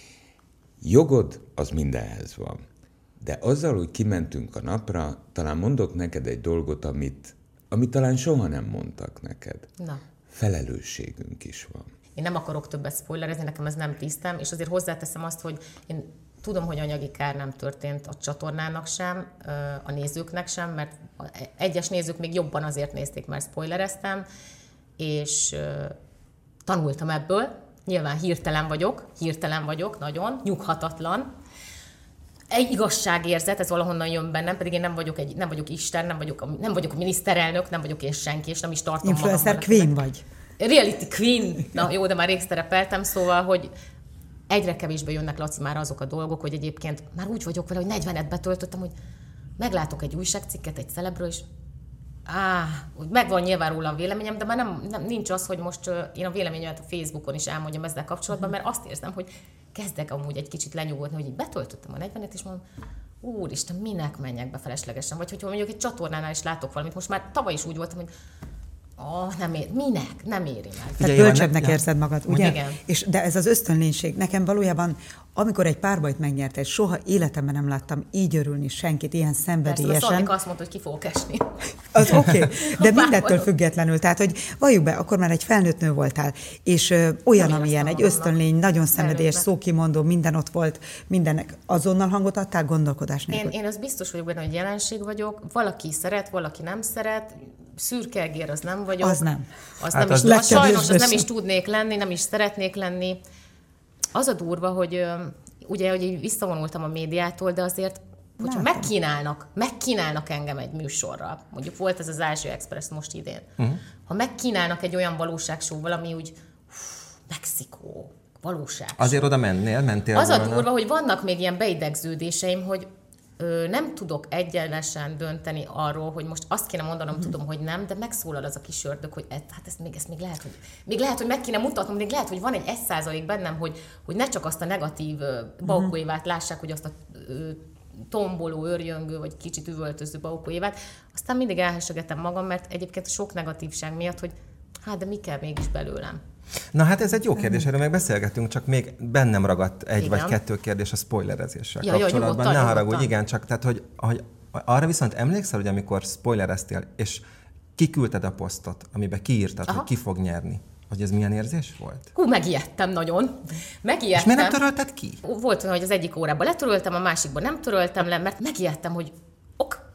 Jogod, az mindenhez van. De azzal, hogy kimentünk a napra, talán mondok neked egy dolgot, amit talán soha nem mondtak neked. Na. Felelősségünk is van. Én nem akarok többet spoilerezni, nekem ez nem tisztem, és azért hozzáteszem azt, hogy én tudom, hogy anyagi kár nem történt a csatornának sem, a nézőknek sem, mert egyes nézők még jobban azért nézték, mert spoilereztem, és tanultam ebből. Nyilván hirtelen vagyok, nagyon, nyughatatlan. Egy igazságérzet, ez valahonnan jön bennem, pedig én nem vagyok Isten, nem vagyok a miniszterelnök, nem vagyok én senki, és nem is tartom magam. Influencer queen vagy. Reality queen. Na jó, de már rég szerepeltem, szóval, hogy egyre kevésbé jönnek, Laci, már azok a dolgok, hogy egyébként már úgy vagyok vele, hogy 40-et betöltöttem, hogy meglátok egy újságcikket egy celebről, és hogy megvan nyilván róla a véleményem, de már nem nincs az, hogy most én a véleményemet a Facebookon is elmondjam ezzel kapcsolatban, mert azt érzem, hogy kezdek amúgy egy kicsit lenyugodni, hogy így betöltöttem a 40-et, és mondom, úristen, minek menjek be feleslegesen? Vagy hogyha mondjuk egy csatornánál is látok valamit, most már tavaly is úgy voltam, hogy minek? Nem éri meg. Tehát bölcsebbnek érzed magad, ugye? Igen. De ez az ösztönlénység. Nekem valójában, amikor egy párbajt megnyerte, és soha életemben nem láttam így örülni senkit ilyen szenvedélyesen. Persze, a Szanika azt mondta, hogy ki fogok esni. Az oké, de mindettől függetlenül. Tehát, hogy valljuk be, akkor már egy felnőtt nő voltál, és olyan, amilyen egy ösztönlény, nagyon szenvedélyes, szókimondó, minden ott volt, mindennek azonnal hangot adtál, gondolkodás nélkül. Én az biztos vagyok benne, hogy jelenség vagyok. Valaki szeret, valaki nem szeret. Szürkelgér az nem vagyok. Az nem. Sajnos az nem is tudnék lenni, nem is szeretnék lenni. Az a durva, hogy ugye, hogy visszavonultam a médiától, de azért, hogyha megkínálnak engem egy műsorra, mondjuk volt ez az Ázsia Express most idén, ha megkínálnak egy olyan valóságshow, valami úgy, Mexikó, valóság. Azért oda mentél az volna. A durva, hogy vannak még ilyen beidegződéseim, hogy nem tudok egyenlesen dönteni arról, hogy most azt kéne mondanom, tudom, hogy nem, de megszólal az a kis ördög, hogy ezt még lehet, hogy meg kéne mutatnom, még lehet, hogy van egy 1% bennem, hogy ne csak azt a negatív Baukó Évát lássák, hogy azt a tomboló, örjöngő, vagy kicsit üvöltöző Baukó Évát. Aztán mindig elhessegetem magam, mert egyébként sok negatívság miatt, hogy de mi kell mégis belőlem. Na hát ez egy jó kérdés, erről meg beszélgetünk, csak még bennem ragadt egy vagy kettő kérdés a spoilerezéssel kapcsolatban. Ne haragudj, igen, csak tehát, hogy arra viszont emlékszel, hogy amikor spoilereztél, és kiküldted a posztot, amiben kiírtad, hogy ki fog nyerni, hogy ez milyen érzés volt? Megijedtem nagyon. És miért nem törölted ki? Volt olyan, hogy az egyik órában letöröltem, a másikban nem töröltem le, mert megijedtem, hogy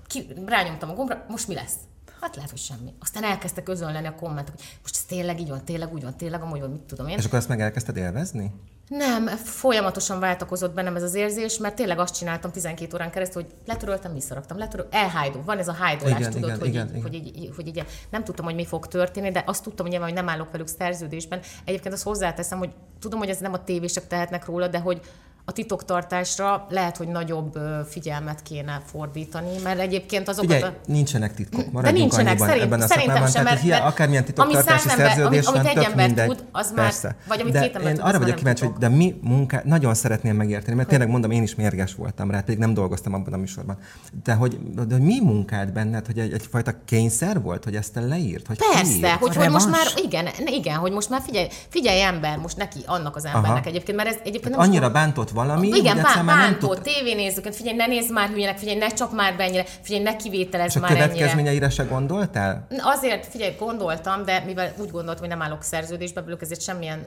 rányomtam a gombra, most mi lesz? Hát lehet, hogy semmi. Aztán elkezdtek közölni a kommentek, hogy most ez tényleg így van, tényleg úgy van, tényleg amúgy van, mit tudom én. És akkor ezt meg elkezdted élvezni? Nem, folyamatosan váltakozott bennem ez az érzés, mert tényleg azt csináltam 12 órán keresztül, hogy letöröltem, visszaraktam, elhájdul. Van ez a hájdolás, tudod, hogy így nem tudtam, hogy mi fog történni, de azt tudtam, hogy nem állok velük szerződésben. Egyébként azt hozzáteszem, hogy tudom, hogy ez nem a tévések tehetnek róla, de hogy a titoktartásra lehet, hogy nagyobb figyelmet kéne fordítani, mert egyébként azokat... Figyelj, nincsenek titkok, maradjunk annyiban ebben a szakmában. Tehát akármilyen titoktartási szerződés van, tök mindegy. Tud, az persze. Vagy amit két ember tud, arra vagyok kíváncsi, hogy de mi munkát, nagyon szeretném megérteni, mert tényleg mondom, én is mérges voltam rá, pedig nem dolgoztam abban a műsorban. De hogy mi munkált benned, hogy egyfajta kényszer volt, hogy ezt te leírt? Hogy persze, hogy most már, igen, hogy most már figyelj ember, most neki, annak az embernek egyébként, mert ez egyébként nem annyira bántott valami, igen, bántó, tévénézőként, figyelj, ne nézz már hülyének, figyelj, ne csap már be ennyire, figyelj, ne kivételezz már ennyire. És a következményeire se gondoltál? Azért, figyelj, gondoltam, de mivel úgy gondoltam, hogy nem állok szerződésbe, belőle ezért semmilyen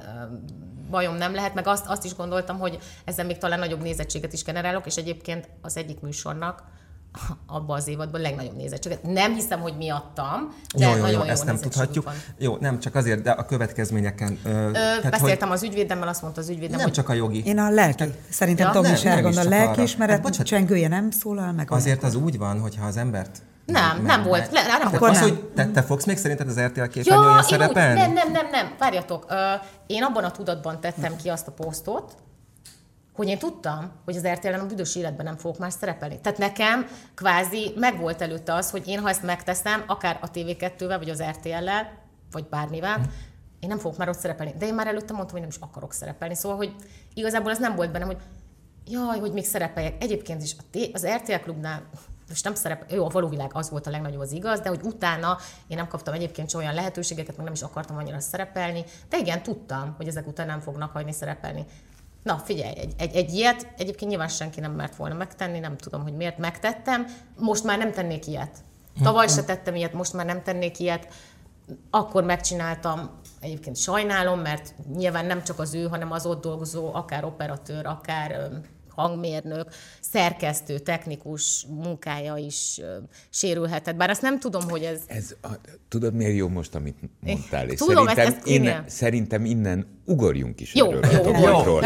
bajom nem lehet, meg azt is gondoltam, hogy ezzel még talán nagyobb nézettséget is generálok, és egyébként az egyik műsornak abban az évadban legnagyobb nézettséget. Nem hiszem, hogy miattam, de jó, nagyon ezt nem tudhatjuk. Van. Jó, nem csak azért, de a következményeken... beszéltem az ügyvéddemmel, azt mondta az ügyvédem, nem hogy... csak a jogi. Én a lelki. Szerintem Tomi is elgondol. A lelkiismeret csengője nem szólal meg. Azért az úgy van, hogyha az embert... Nem volt. Az, hogy te fogsz még szerinted az RTL képernyőjén szerepelni? Nem. Várjatok. Én abban a tudatban tettem ki azt a posztot, hogy én tudtam, hogy az RTL-en a büdös életben nem fogok már szerepelni. Tehát nekem kvázi megvolt előtte az, hogy én, ha ezt megteszem, akár a TV2-vel, vagy az RTL-lel, vagy bármivel, én nem fogok már ott szerepelni. De én már előtte mondtam, hogy nem is akarok szerepelni. Szóval, hogy igazából az nem volt bennem, hogy jaj, hogy még szerepeljek. Egyébként is az RTL Klubnál most nem szerepel, jó, a valóvilág az volt a legnagyobb, az igaz, de hogy utána én nem kaptam egyébként olyan lehetőségeket, meg nem is akartam annyira szerepelni, de igen, tudtam, hogy ezek után nem fognak hagyni szerepelni. Na, figyelj, egy ilyet egyébként nyilván senki nem mert volna megtenni, nem tudom, hogy miért megtettem. Most már nem tennék ilyet. Tavaly se tettem ilyet, most már nem tennék ilyet. Akkor megcsináltam, egyébként sajnálom, mert nyilván nem csak az ő, hanem az ott dolgozó, akár operatőr, akár hangmérnök, szerkesztő, technikus munkája is sérülhetett. Bár azt nem tudom, hogy ez... Tudod, miért jó most, amit mondtál? És tudom, szerintem innen ugorjunk is jó, erről a dologról.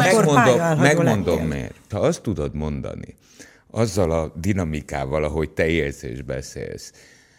Megmondom miért. Ha azt tudod mondani, azzal a dinamikával, ahogy te élsz és beszélsz,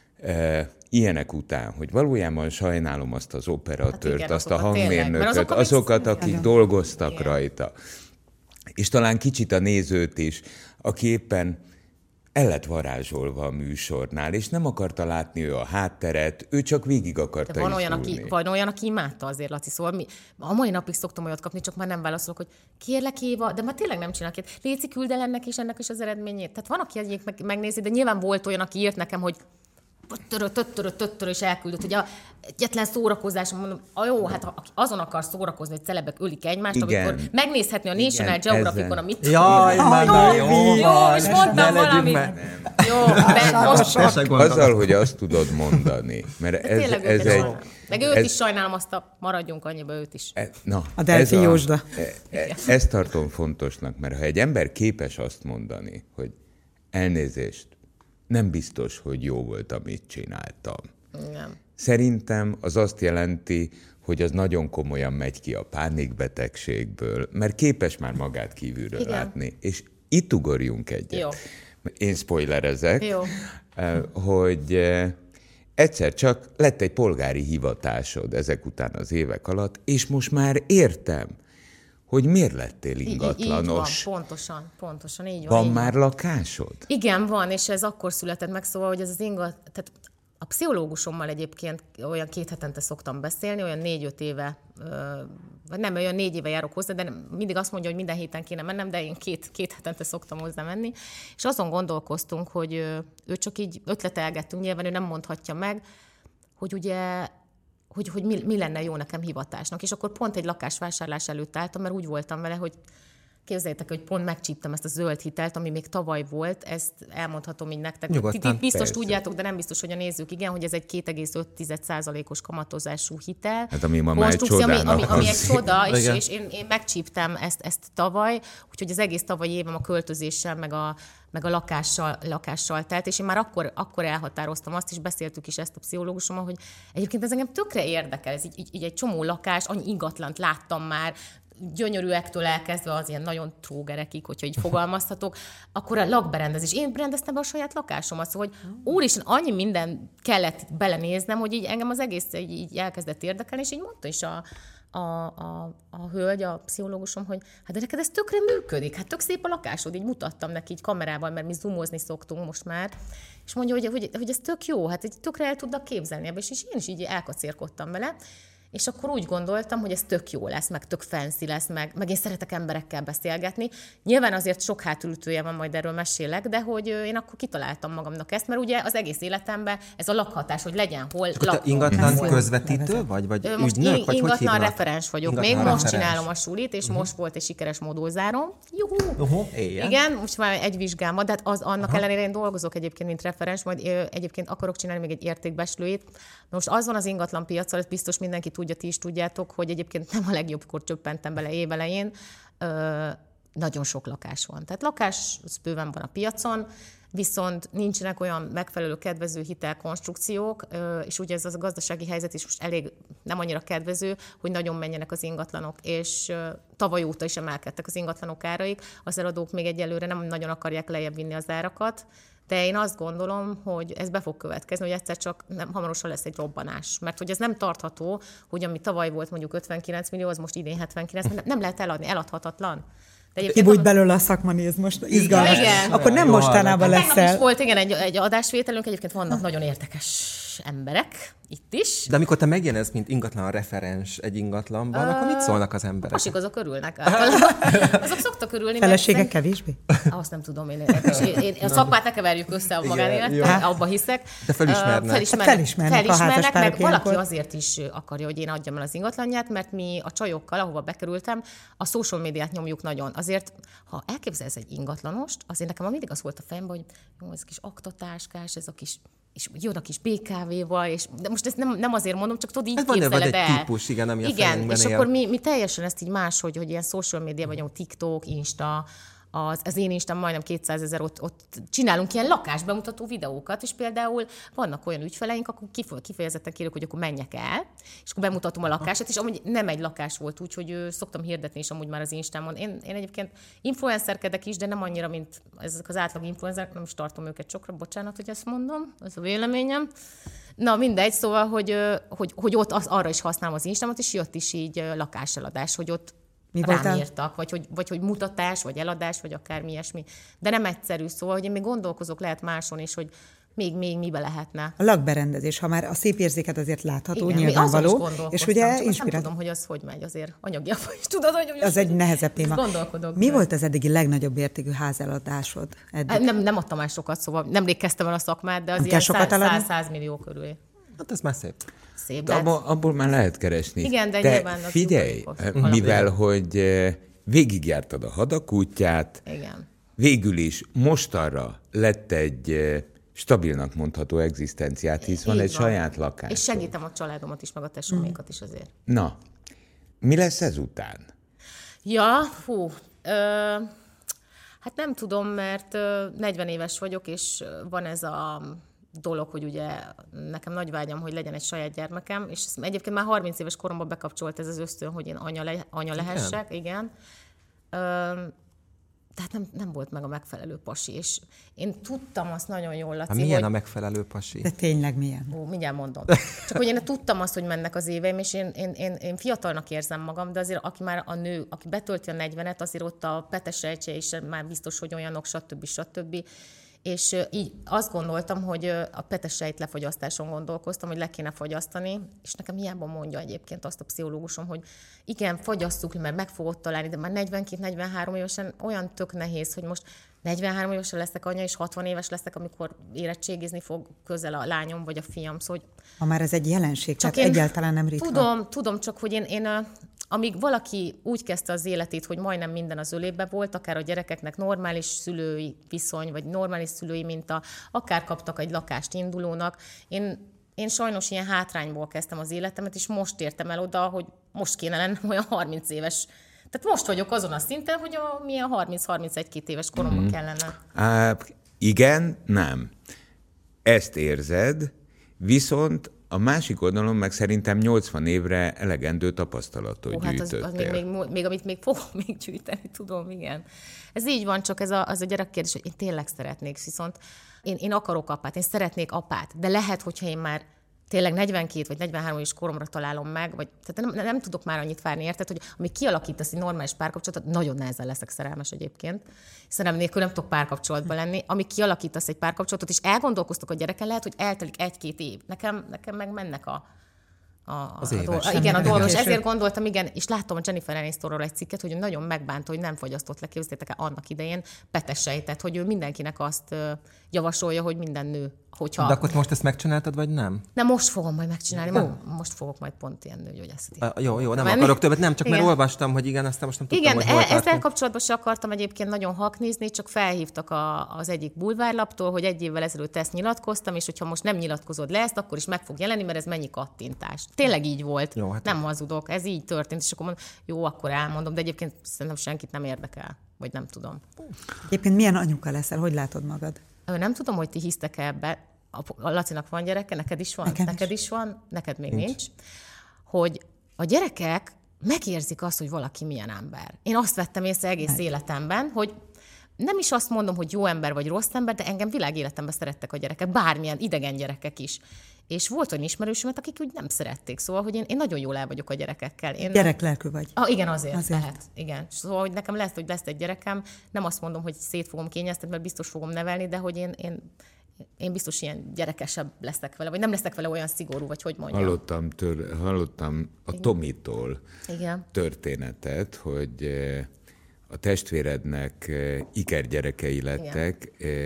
ilyenek után, hogy valójában sajnálom azt az operatőrt, hát azt a hangmérnököt, azokat, akik dolgoztak rajta, és talán kicsit a nézőt is, aki éppen el lett varázsolva a műsornál, és nem akarta látni ő a hátteret, ő csak végig akarta van olyan, aki imádta azért, Laci, szóval a mai napig szoktam olyat kapni, csak már nem válaszolok, hogy kérlek Éva, de már tényleg nem csinálok ilyet. Léci, küld el ennek is az eredményét. Tehát van, aki egyik megnézi, de nyilván volt olyan, aki írt nekem, hogy töttörö, és elküldött, hogy egyetlen szórakozás, mondom, jó, hát azon akar szórakozni, hogy celebek ölik egymást, amikor megnézhetni a National Geographicon, amit... Jaj, már jó van, és mondtam valamit. Jó, de most... Azzal, hogy azt tudod mondani, mert ez egy... Meg őt is sajnálom, maradjunk annyiba őt is. A Delfi Józsda. Ezt tartom fontosnak, mert ha egy ember képes azt mondani, hogy elnézést, nem biztos, hogy jó volt, amit csináltam. Nem. Szerintem az azt jelenti, hogy az nagyon komolyan megy ki a pánikbetegségből, mert képes már magát kívülről látni. És itt ugorjunk egyet. Jó. Én spoilerezek, jó. Hogy egyszer csak lett egy polgári hivatásod ezek után az évek alatt, és most már értem, hogy miért lettél ingatlanos. Így van, pontosan így van. Van már lakásod? Igen, van, és ez akkor született meg, szóval, hogy ez az tehát a pszichológusommal egyébként olyan 2 hetente szoktam beszélni, olyan 4-5 éve, vagy nem, olyan 4 éve járok hozzá, de mindig azt mondja, hogy minden héten kéne mennem, de én 2 hetente szoktam hozzá menni, és azon gondolkoztunk, hogy ő csak így ötletelgettünk, nyilván ő nem mondhatja meg, hogy ugye hogy mi lenne jó nekem hivatásnak. És akkor pont egy lakásvásárlás előtt álltam, mert úgy voltam vele, hogy képzeljétek, hogy pont megcsíptem ezt a zöld hitelt, ami még tavaly volt, ezt elmondhatom így nektek. Nyugodtan, biztos persze. Tudjátok, de nem biztos, hogy a nézők, igen, hogy ez egy 2,5%-os kamatozású hitel. Hát ami ma már egy csodának. Ami egy csoda, és én megcsíptem ezt tavaly, úgyhogy az egész tavalyi évem a költözéssel, meg meg a lakással telt, és én már akkor elhatároztam azt, és beszéltük is ezt a pszichológusommal, hogy egyébként ez engem tökre érdekel, ez így egy csomó lakás, annyi ingatlant láttam már, gyönyörűektől elkezdve az ilyen nagyon trógerekig, hogyha így fogalmazhatok, akkor a lakberendezés. Én rendeztem be a saját lakásomat, szóval, hogy úristen, annyi minden kellett belenéznem, hogy így engem az egész így elkezdett érdekelni, és így mondta is a hölgy, a pszichológusom, hogy hát de neked ez tökre működik, hát tök szép a lakásod, így mutattam neki így kamerával, mert mi zoomozni szoktunk most már, és mondja, hogy ez tök jó, hát így tökre el tudnak képzelni ebbe, és én is így elkacérkodtam vele, és akkor úgy gondoltam, hogy ez tök jó lesz, meg tök fancy lesz, meg én szeretek emberekkel beszélgetni. Nyilván azért sok hátulütője van, majd erről mesélek, de hogy én akkor kitaláltam magamnak ezt, mert ugye az egész életemben ez a lakhatás, hogy legyen hol laknom. Ingatlan közvetítő vagy most ügynök? Vagy ingatlan referens vagyok. Még most csinálom a sulit, és most volt egy sikeres modulzárom. Juhú! Igen, most már egy vizsgámat, de hát annak ellenére én dolgozok egyébként, mint referens, majd egyébként akarok csinálni még egy értékbeslőjét. Most az van az ingatlan piaccal, ez biztos mindenki tudja, ti is tudjátok, hogy egyébként nem a legjobbkor csöppentem bele évelején, nagyon sok lakás van. Tehát lakás bőven van a piacon, viszont nincsenek olyan megfelelő kedvező hitelkonstrukciók, és ugye ez az a gazdasági helyzet is most elég nem annyira kedvező, hogy nagyon menjenek az ingatlanok, és tavaly óta is emelkedtek az ingatlanok áraik, az eladók még egyelőre nem nagyon akarják lejjebb vinni az árakat, de én azt gondolom, hogy ez be fog következni, hogy egyszer csak hamarosan lesz egy robbanás. Mert hogy ez nem tartható, hogy ami tavaly volt mondjuk 59 millió, az most idén 79, nem lehet eladni, eladhatatlan. Kibújt belőle a szakmanéz most, izgalmas. Igen. Akkor nem mostanában leszel. Volt igen egy adásvételünk, egyébként vannak nagyon érdekes emberek itt is. De amikor te megjelensz, mint ingatlan referens egy ingatlanban, akkor mit szólnak az emberek? Pasik azok örülnek. Azok szoktak örülni. Feleségek kevésbé? Azt nem tudom én a szakmát ne keverjük össze a magánélettel, abba hiszek. De felismernek a meg valaki azért is akarja, hogy én adjam el az ingatlanját, mert mi a csajokkal, ahova bekerültem, a social médiát nyomjuk nagyon. Azért, ha elképzelsz egy ingatlanost, azért nekem mindig az volt a fejemben, hogy jó, ez a kis aktatáskás, ez a kis és jön a kis BKV-val, és de most ezt nem azért mondom, csak tudod, így képzeled el. Egy típus, igen, ami a fejünkben és él. akkor mi teljesen ezt így más, hogy ilyen social media vagyunk, TikTok, Insta, az én Instán majdnem 200 000, ott csinálunk ilyen lakásbemutató videókat, és például vannak olyan ügyfeleink, akkor kifejezetten kérjük, hogy akkor menjek el, és akkor bemutatom a lakását, és amúgy nem egy lakás volt, úgyhogy szoktam hirdetni is amúgy már az Instámon. Én egyébként influencerkedek is, de nem annyira, mint ezek az átlag influencerek, nem is tartom őket sokra, bocsánat, hogy ezt mondom, ez a véleményem. Na mindegy, szóval, hogy ott arra is használom az Instámot, és jött is így lakáseladás, hogy ott rám írtak, vagy hogy mutatás, vagy eladás, vagy akármi ilyesmi. De nem egyszerű, szóval, hogy én még gondolkozok lehet máson is, hogy még mibe lehetne. A lakberendezés, ha már a szép érzéket azért látható, igen, nyilvánvaló. És ugye inspirál. Nem tudom, hogy az hogy megy azért anyagiabban is. Tudod, hogy az egy nehezebb téma. Gondolkodok. Mi volt az eddigi legnagyobb értékű házeladásod? Nem adtam már sokat, szóval nem kezdtem el a szakmát, de az ilyen 100 millió körül. Hát ez már szép. De abból már lehet keresni. Igen, de nyilván figyelj, mivel hogy végigjártad a Hadak útját, igen. Végül is mostanra lett egy stabilnak mondható egzisztenciát, hisz van egy saját lakás. És segítem a családomat is, meg a tesómékat is azért. Na, mi lesz ezután? Ja, hát nem tudom, mert 40 éves vagyok, és van ez a dolog, hogy ugye nekem nagy vágyam, hogy legyen egy saját gyermekem, és egyébként már 30 éves koromban bekapcsolt ez az ösztön, hogy én anya lehessek, igen. Tehát nem volt meg a megfelelő pasi, és én tudtam azt nagyon jól, Laci, milyen a megfelelő pasi? De tényleg milyen? Mindjárt mondom. Csak hogy én tudtam azt, hogy mennek az éveim, és én fiatalnak érzem magam, de azért aki már a nő, aki betölti a 40-et, azért ott a petesejtje is már biztos, hogy olyanok, stb. És így azt gondoltam, hogy a petesejt lefogyasztáson gondolkoztam, hogy le kéne fogyasztani, és nekem hiába mondja egyébként azt a pszichológusom, hogy igen, fogyasszuk, mert meg fogod találni, de már 42-43 évesen olyan tök nehéz, hogy most 43 évesen leszek anya, és 60 éves leszek, amikor érettségizni fog közel a lányom vagy a fiam. Szóval, ha már ez egy jelenség, csak egyáltalán nem ritka. Tudom, csak hogy én amíg valaki úgy kezdte az életét, hogy majdnem minden az ölébe volt, akár a gyerekeknek normális szülői viszony, vagy normális szülői minta, akár kaptak egy lakást indulónak. Én sajnos ilyen hátrányból kezdtem az életemet, és most értem el oda, hogy most kéne lennem olyan 30 éves Tehát most vagyok azon a szinten, hogy milyen 30-31-2 éves koromban kellene. Igen, nem. Ezt érzed, viszont a másik oldalon meg szerintem 80 évre elegendő tapasztalatot gyűjtöttél. Hát az még amit még fogom még gyűjteni, tudom, igen. Ez így van, csak az a gyerekkérdés, hogy én tényleg szeretnék, viszont én akarok apát, én szeretnék apát, de lehet, hogyha én már tényleg 42 vagy 43 éves koromra találom meg, vagy tehát nem tudok már annyit várni, érted, hogy amíg kialakítasz egy normális párkapcsolatot, nagyon nehezen leszek szerelmes egyébként. Szerelem nélkül nem tudok párkapcsolatban lenni. Amíg kialakítasz egy párkapcsolatot, és elgondolkoztok a gyereken, lehet, hogy eltelik 1-2 év. Nekem meg mennek a dolgok. És ezért gondoltam, igen, és láttam a Jennifer Anistonról egy cikket, hogy nagyon megbánta, hogy nem fogyasztott le, képzeljétek el annak idején petesejtet, hogy ő mindenkinek azt javasolja, hogy minden nő, hogyha... De akkor most ezt megcsináltad, vagy nem? Nem, most fogom majd megcsinálni. Most fogok majd pont ilyen nőgyógyászati. Jó, nem akarok többet, nem, csak mert olvastam, hogy igen, aztán most nem tudtam, hogy hol tartunk. Ezzel kapcsolatban se akartam egyébként nagyon haknézni, csak felhívtak az egyik bulvárlaptól, hogy 1 évvel ezelőtt ezt nyilatkoztam, és hogyha most nem nyilatkozod le ezt, akkor is meg fog jelenni, mert ez mennyi kattintás. Tényleg így volt. Jó, hát nem hazudok, ez így történt, és akkor mondom, jó, akkor elmondom, de egyébként szerintem senkit nem érdekel, vagy nem tudom. Egyébként milyen anyuka leszel, hogy látod magad? Nem tudom, hogy ti hisztek ebbe. A Lacinak van gyereke, neked is van? Neked is van, neked még nincs. Hogy a gyerekek megérzik azt, hogy valaki milyen ember. Én azt vettem észre egész életemben, hogy nem is azt mondom, hogy jó ember vagy rossz ember, de engem világéletemben szerettek a gyerekek, bármilyen idegen gyerekek is. És volt olyan ismerősömet, akik úgy nem szerették. Szóval, hogy én nagyon jól el vagyok a gyerekekkel. Gyereklelkű vagy. Igen, azért lehet. Igen. Szóval, hogy nekem lesz egy gyerekem, nem azt mondom, hogy szét fogom kényeztetni, mert biztos fogom nevelni, de hogy én biztos ilyen gyerekesebb leszek vele, vagy nem leszek vele olyan szigorú, vagy hogy mondjam. Hallottam a Tomitól történetet, hogy a testvérednek ikergyerekei lettek,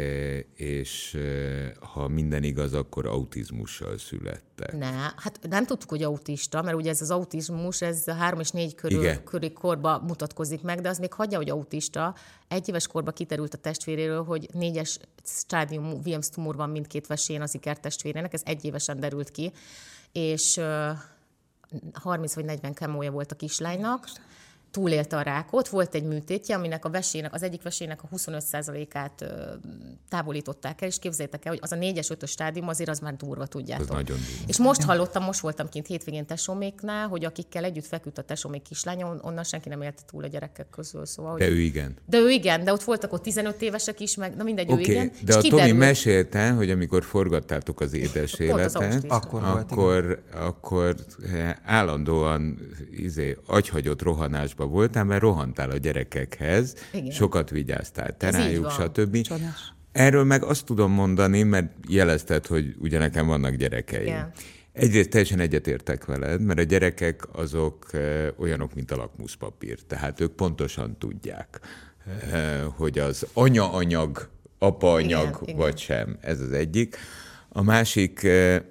és ha minden igaz, akkor autizmussal születtek. Hát nem tudtuk, hogy autista, mert ugye ez az autizmus, ez 3 és 4 körül korba mutatkozik meg, de az még hagyja, hogy autista. 1 éves korban kiterült a testvéréről, hogy 4-es stádium Wilms tumor van mindkét vesén az ikertestvérének, ez 1 évesen derült ki, és 30 vagy 40 kemója volt a kislánynak. Túlélte a rákot, volt egy műtétje, aminek az egyik vesének a 25%-át távolították el, és képzeljétek el, hogy az a 4-es, 5-ös stádium azért az már durva, tudjátok. Ez nagyon durva. És most voltam kint hétvégén tesóméknál, hogy akikkel együtt feküdt a tesómék kislánya, onnan senki nem élte túl a gyerekek közül. Szóval, de ő igen. De ott voltak ott 15 évesek is, meg na mindegy, ő igen. De a Tomi mesélte, hogy amikor forgattátok az édes életet, akkor állandóan agyhagyott rohanásba voltál, mert rohantál a gyerekekhez, igen. Sokat vigyáztál te rájuk, stb. Csodás. Erről meg azt tudom mondani, mert jelezted, hogy ugye nekem vannak gyerekeim. Yeah. Egyrészt teljesen egyetértek veled, mert a gyerekek azok olyanok, mint a lakmuszpapír. Tehát ők pontosan tudják, hogy az anya-anyag, apa-anyag igen, vagy sem. Ez az egyik. A másik,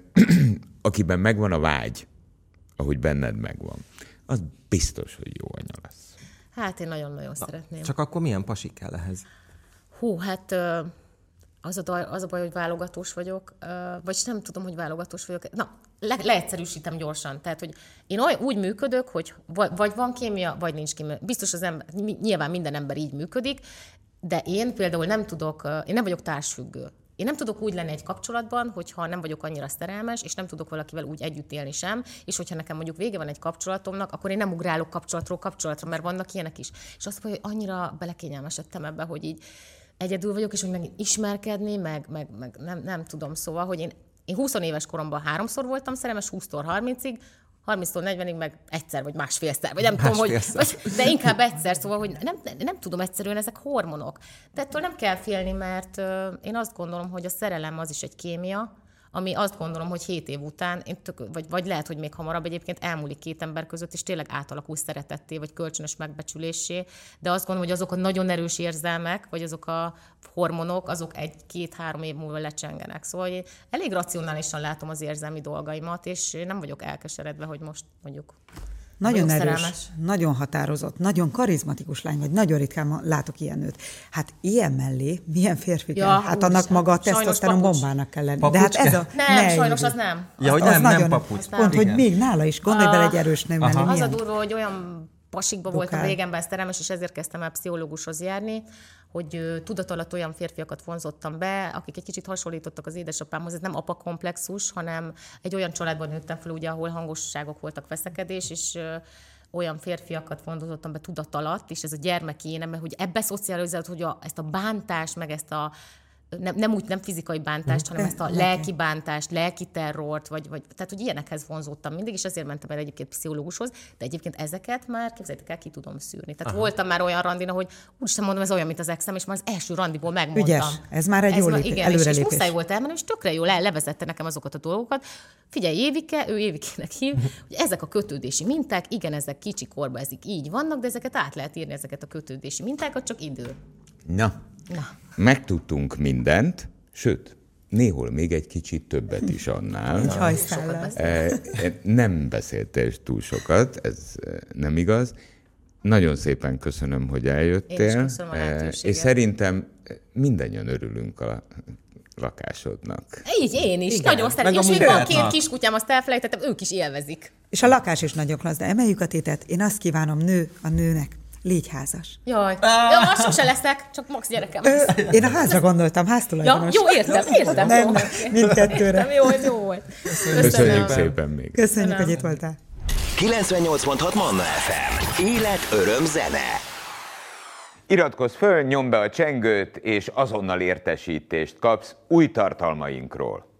akiben megvan a vágy, ahogy benned megvan, az biztos, hogy jó anya lesz. Hát én nagyon-nagyon szeretném. Csak akkor milyen pasi kell ehhez? Hát az a baj, hogy válogatós vagyok, vagy nem tudom, hogy válogatós vagyok. Na, leegyszerűsítem gyorsan. Tehát, hogy én úgy működök, hogy vagy van kémia, vagy nincs kémia. Biztos az ember, nyilván minden ember így működik, de én például én nem vagyok társfüggő. Én nem tudok úgy lenni egy kapcsolatban, hogyha nem vagyok annyira szerelmes, és nem tudok valakivel úgy együtt élni sem, és hogyha nekem mondjuk vége van egy kapcsolatomnak, akkor én nem ugrálok kapcsolatról kapcsolatra, mert vannak ilyenek is. És azt mondja, hogy annyira belekényelmesedtem ebbe, hogy így egyedül vagyok, és hogy meg ismerkedni, meg nem tudom, szóval, hogy én 20 éves koromban 3-szor voltam szerelmes, 20-tól 30-ig, 30-tól 40-ig meg egyszer, vagy másfélszer, vagy nem tudom, hogy... De inkább egyszer, szóval, hogy nem tudom, egyszerűen ezek hormonok. De ettől nem kell félni, mert én azt gondolom, hogy a szerelem az is egy kémia, ami azt gondolom, hogy 7 év után, vagy lehet, hogy még hamarabb egyébként elmúlik 2 ember között, és tényleg átalakul szeretetté, vagy kölcsönös megbecsülésé, de azt gondolom, hogy azok a nagyon erős érzelmek, vagy azok a hormonok, azok 1-2-3 év múlva lecsengenek. Szóval én elég racionálisan látom az érzelmi dolgaimat, és nem vagyok elkeseredve, hogy most mondjuk nagyon erős, szerelmes. Nagyon határozott, nagyon karizmatikus lány vagy, nagyon ritkán látok ilyen nőt. Hát ilyen mellé milyen férfi kell? Hát annak maga a tesztoszteron bombának kell lenni. Papucska? De hát ez a... Nem, sajnos az nem. Ja, hogy nem papucs. Pont, hogy még nála is, gondolj bele egy erős nő mellé. Az a durva, hogy olyan pasikba voltam régenben szerelmes, és ezért kezdtem el pszichológushoz járni, hogy tudatalatt olyan férfiakat vonzottam be, akik egy kicsit hasonlítottak az édesapámhoz. Ez nem apakomplexus, hanem egy olyan családban nőttem fel, ugye, ahol hangosságok voltak, veszekedés, és olyan férfiakat vonzottam be tudatalatt, és ez a gyermeki énem, mert hogy ebbe szocializált, hogy ezt a bántást, meg ezt a nem fizikai bántást, hanem ezt a lelki bántást, lelki terrort, tehát, hogy ilyenekhez vonzódtam mindig, és ezért mentem el egyébként pszichológushoz, de egyébként ezeket már, képzeljétek el, ki tudom szűrni. Tehát voltam már olyan randina, hogy úristen mondom, ez olyan, mint az exem, és már az első randiból megmondtam. Ügyes, ez már egy jó előrelépés. És muszáj volt elmenni, és tökre jól levezette nekem azokat a dolgokat. Figyelj, Évike, ő Évikének hív, hogy ezek a kötődési minták, igen, ezek kicsi korban ezek így vannak, de ezeket át lehet írni, ezeket a kötődési mintákat, csak idő. Na. Megtudtunk mindent, sőt, néhol még egy kicsit többet is annál. Nem beszéltél túl sokat, ez nem igaz. Nagyon szépen köszönöm, hogy eljöttél. Én is köszönöm a lehetőséget. És szerintem mindannyian örülünk a lakásodnak. Így, én is. Igen. Nagyon szeretem. És még van 2 kiskutyám, azt elfelejtettem, ők is élvezik. És a lakás is nagyon klassz, de emeljük a tétet. Én azt kívánom a nőnek. Légy házas. Jaj, sose leszek, csak max gyerekem. Én a házra gondoltam, háztulajdonos. Ja, jó, értem. Nem, mindkettőre. Jó volt. Köszönjük szépen még. Köszönjük, hogy itt voltál. 98.6 Manna FM. Élet, öröm, zene. Iratkozz föl, nyomd be a csengőt, és azonnal értesítést kapsz új tartalmainkról.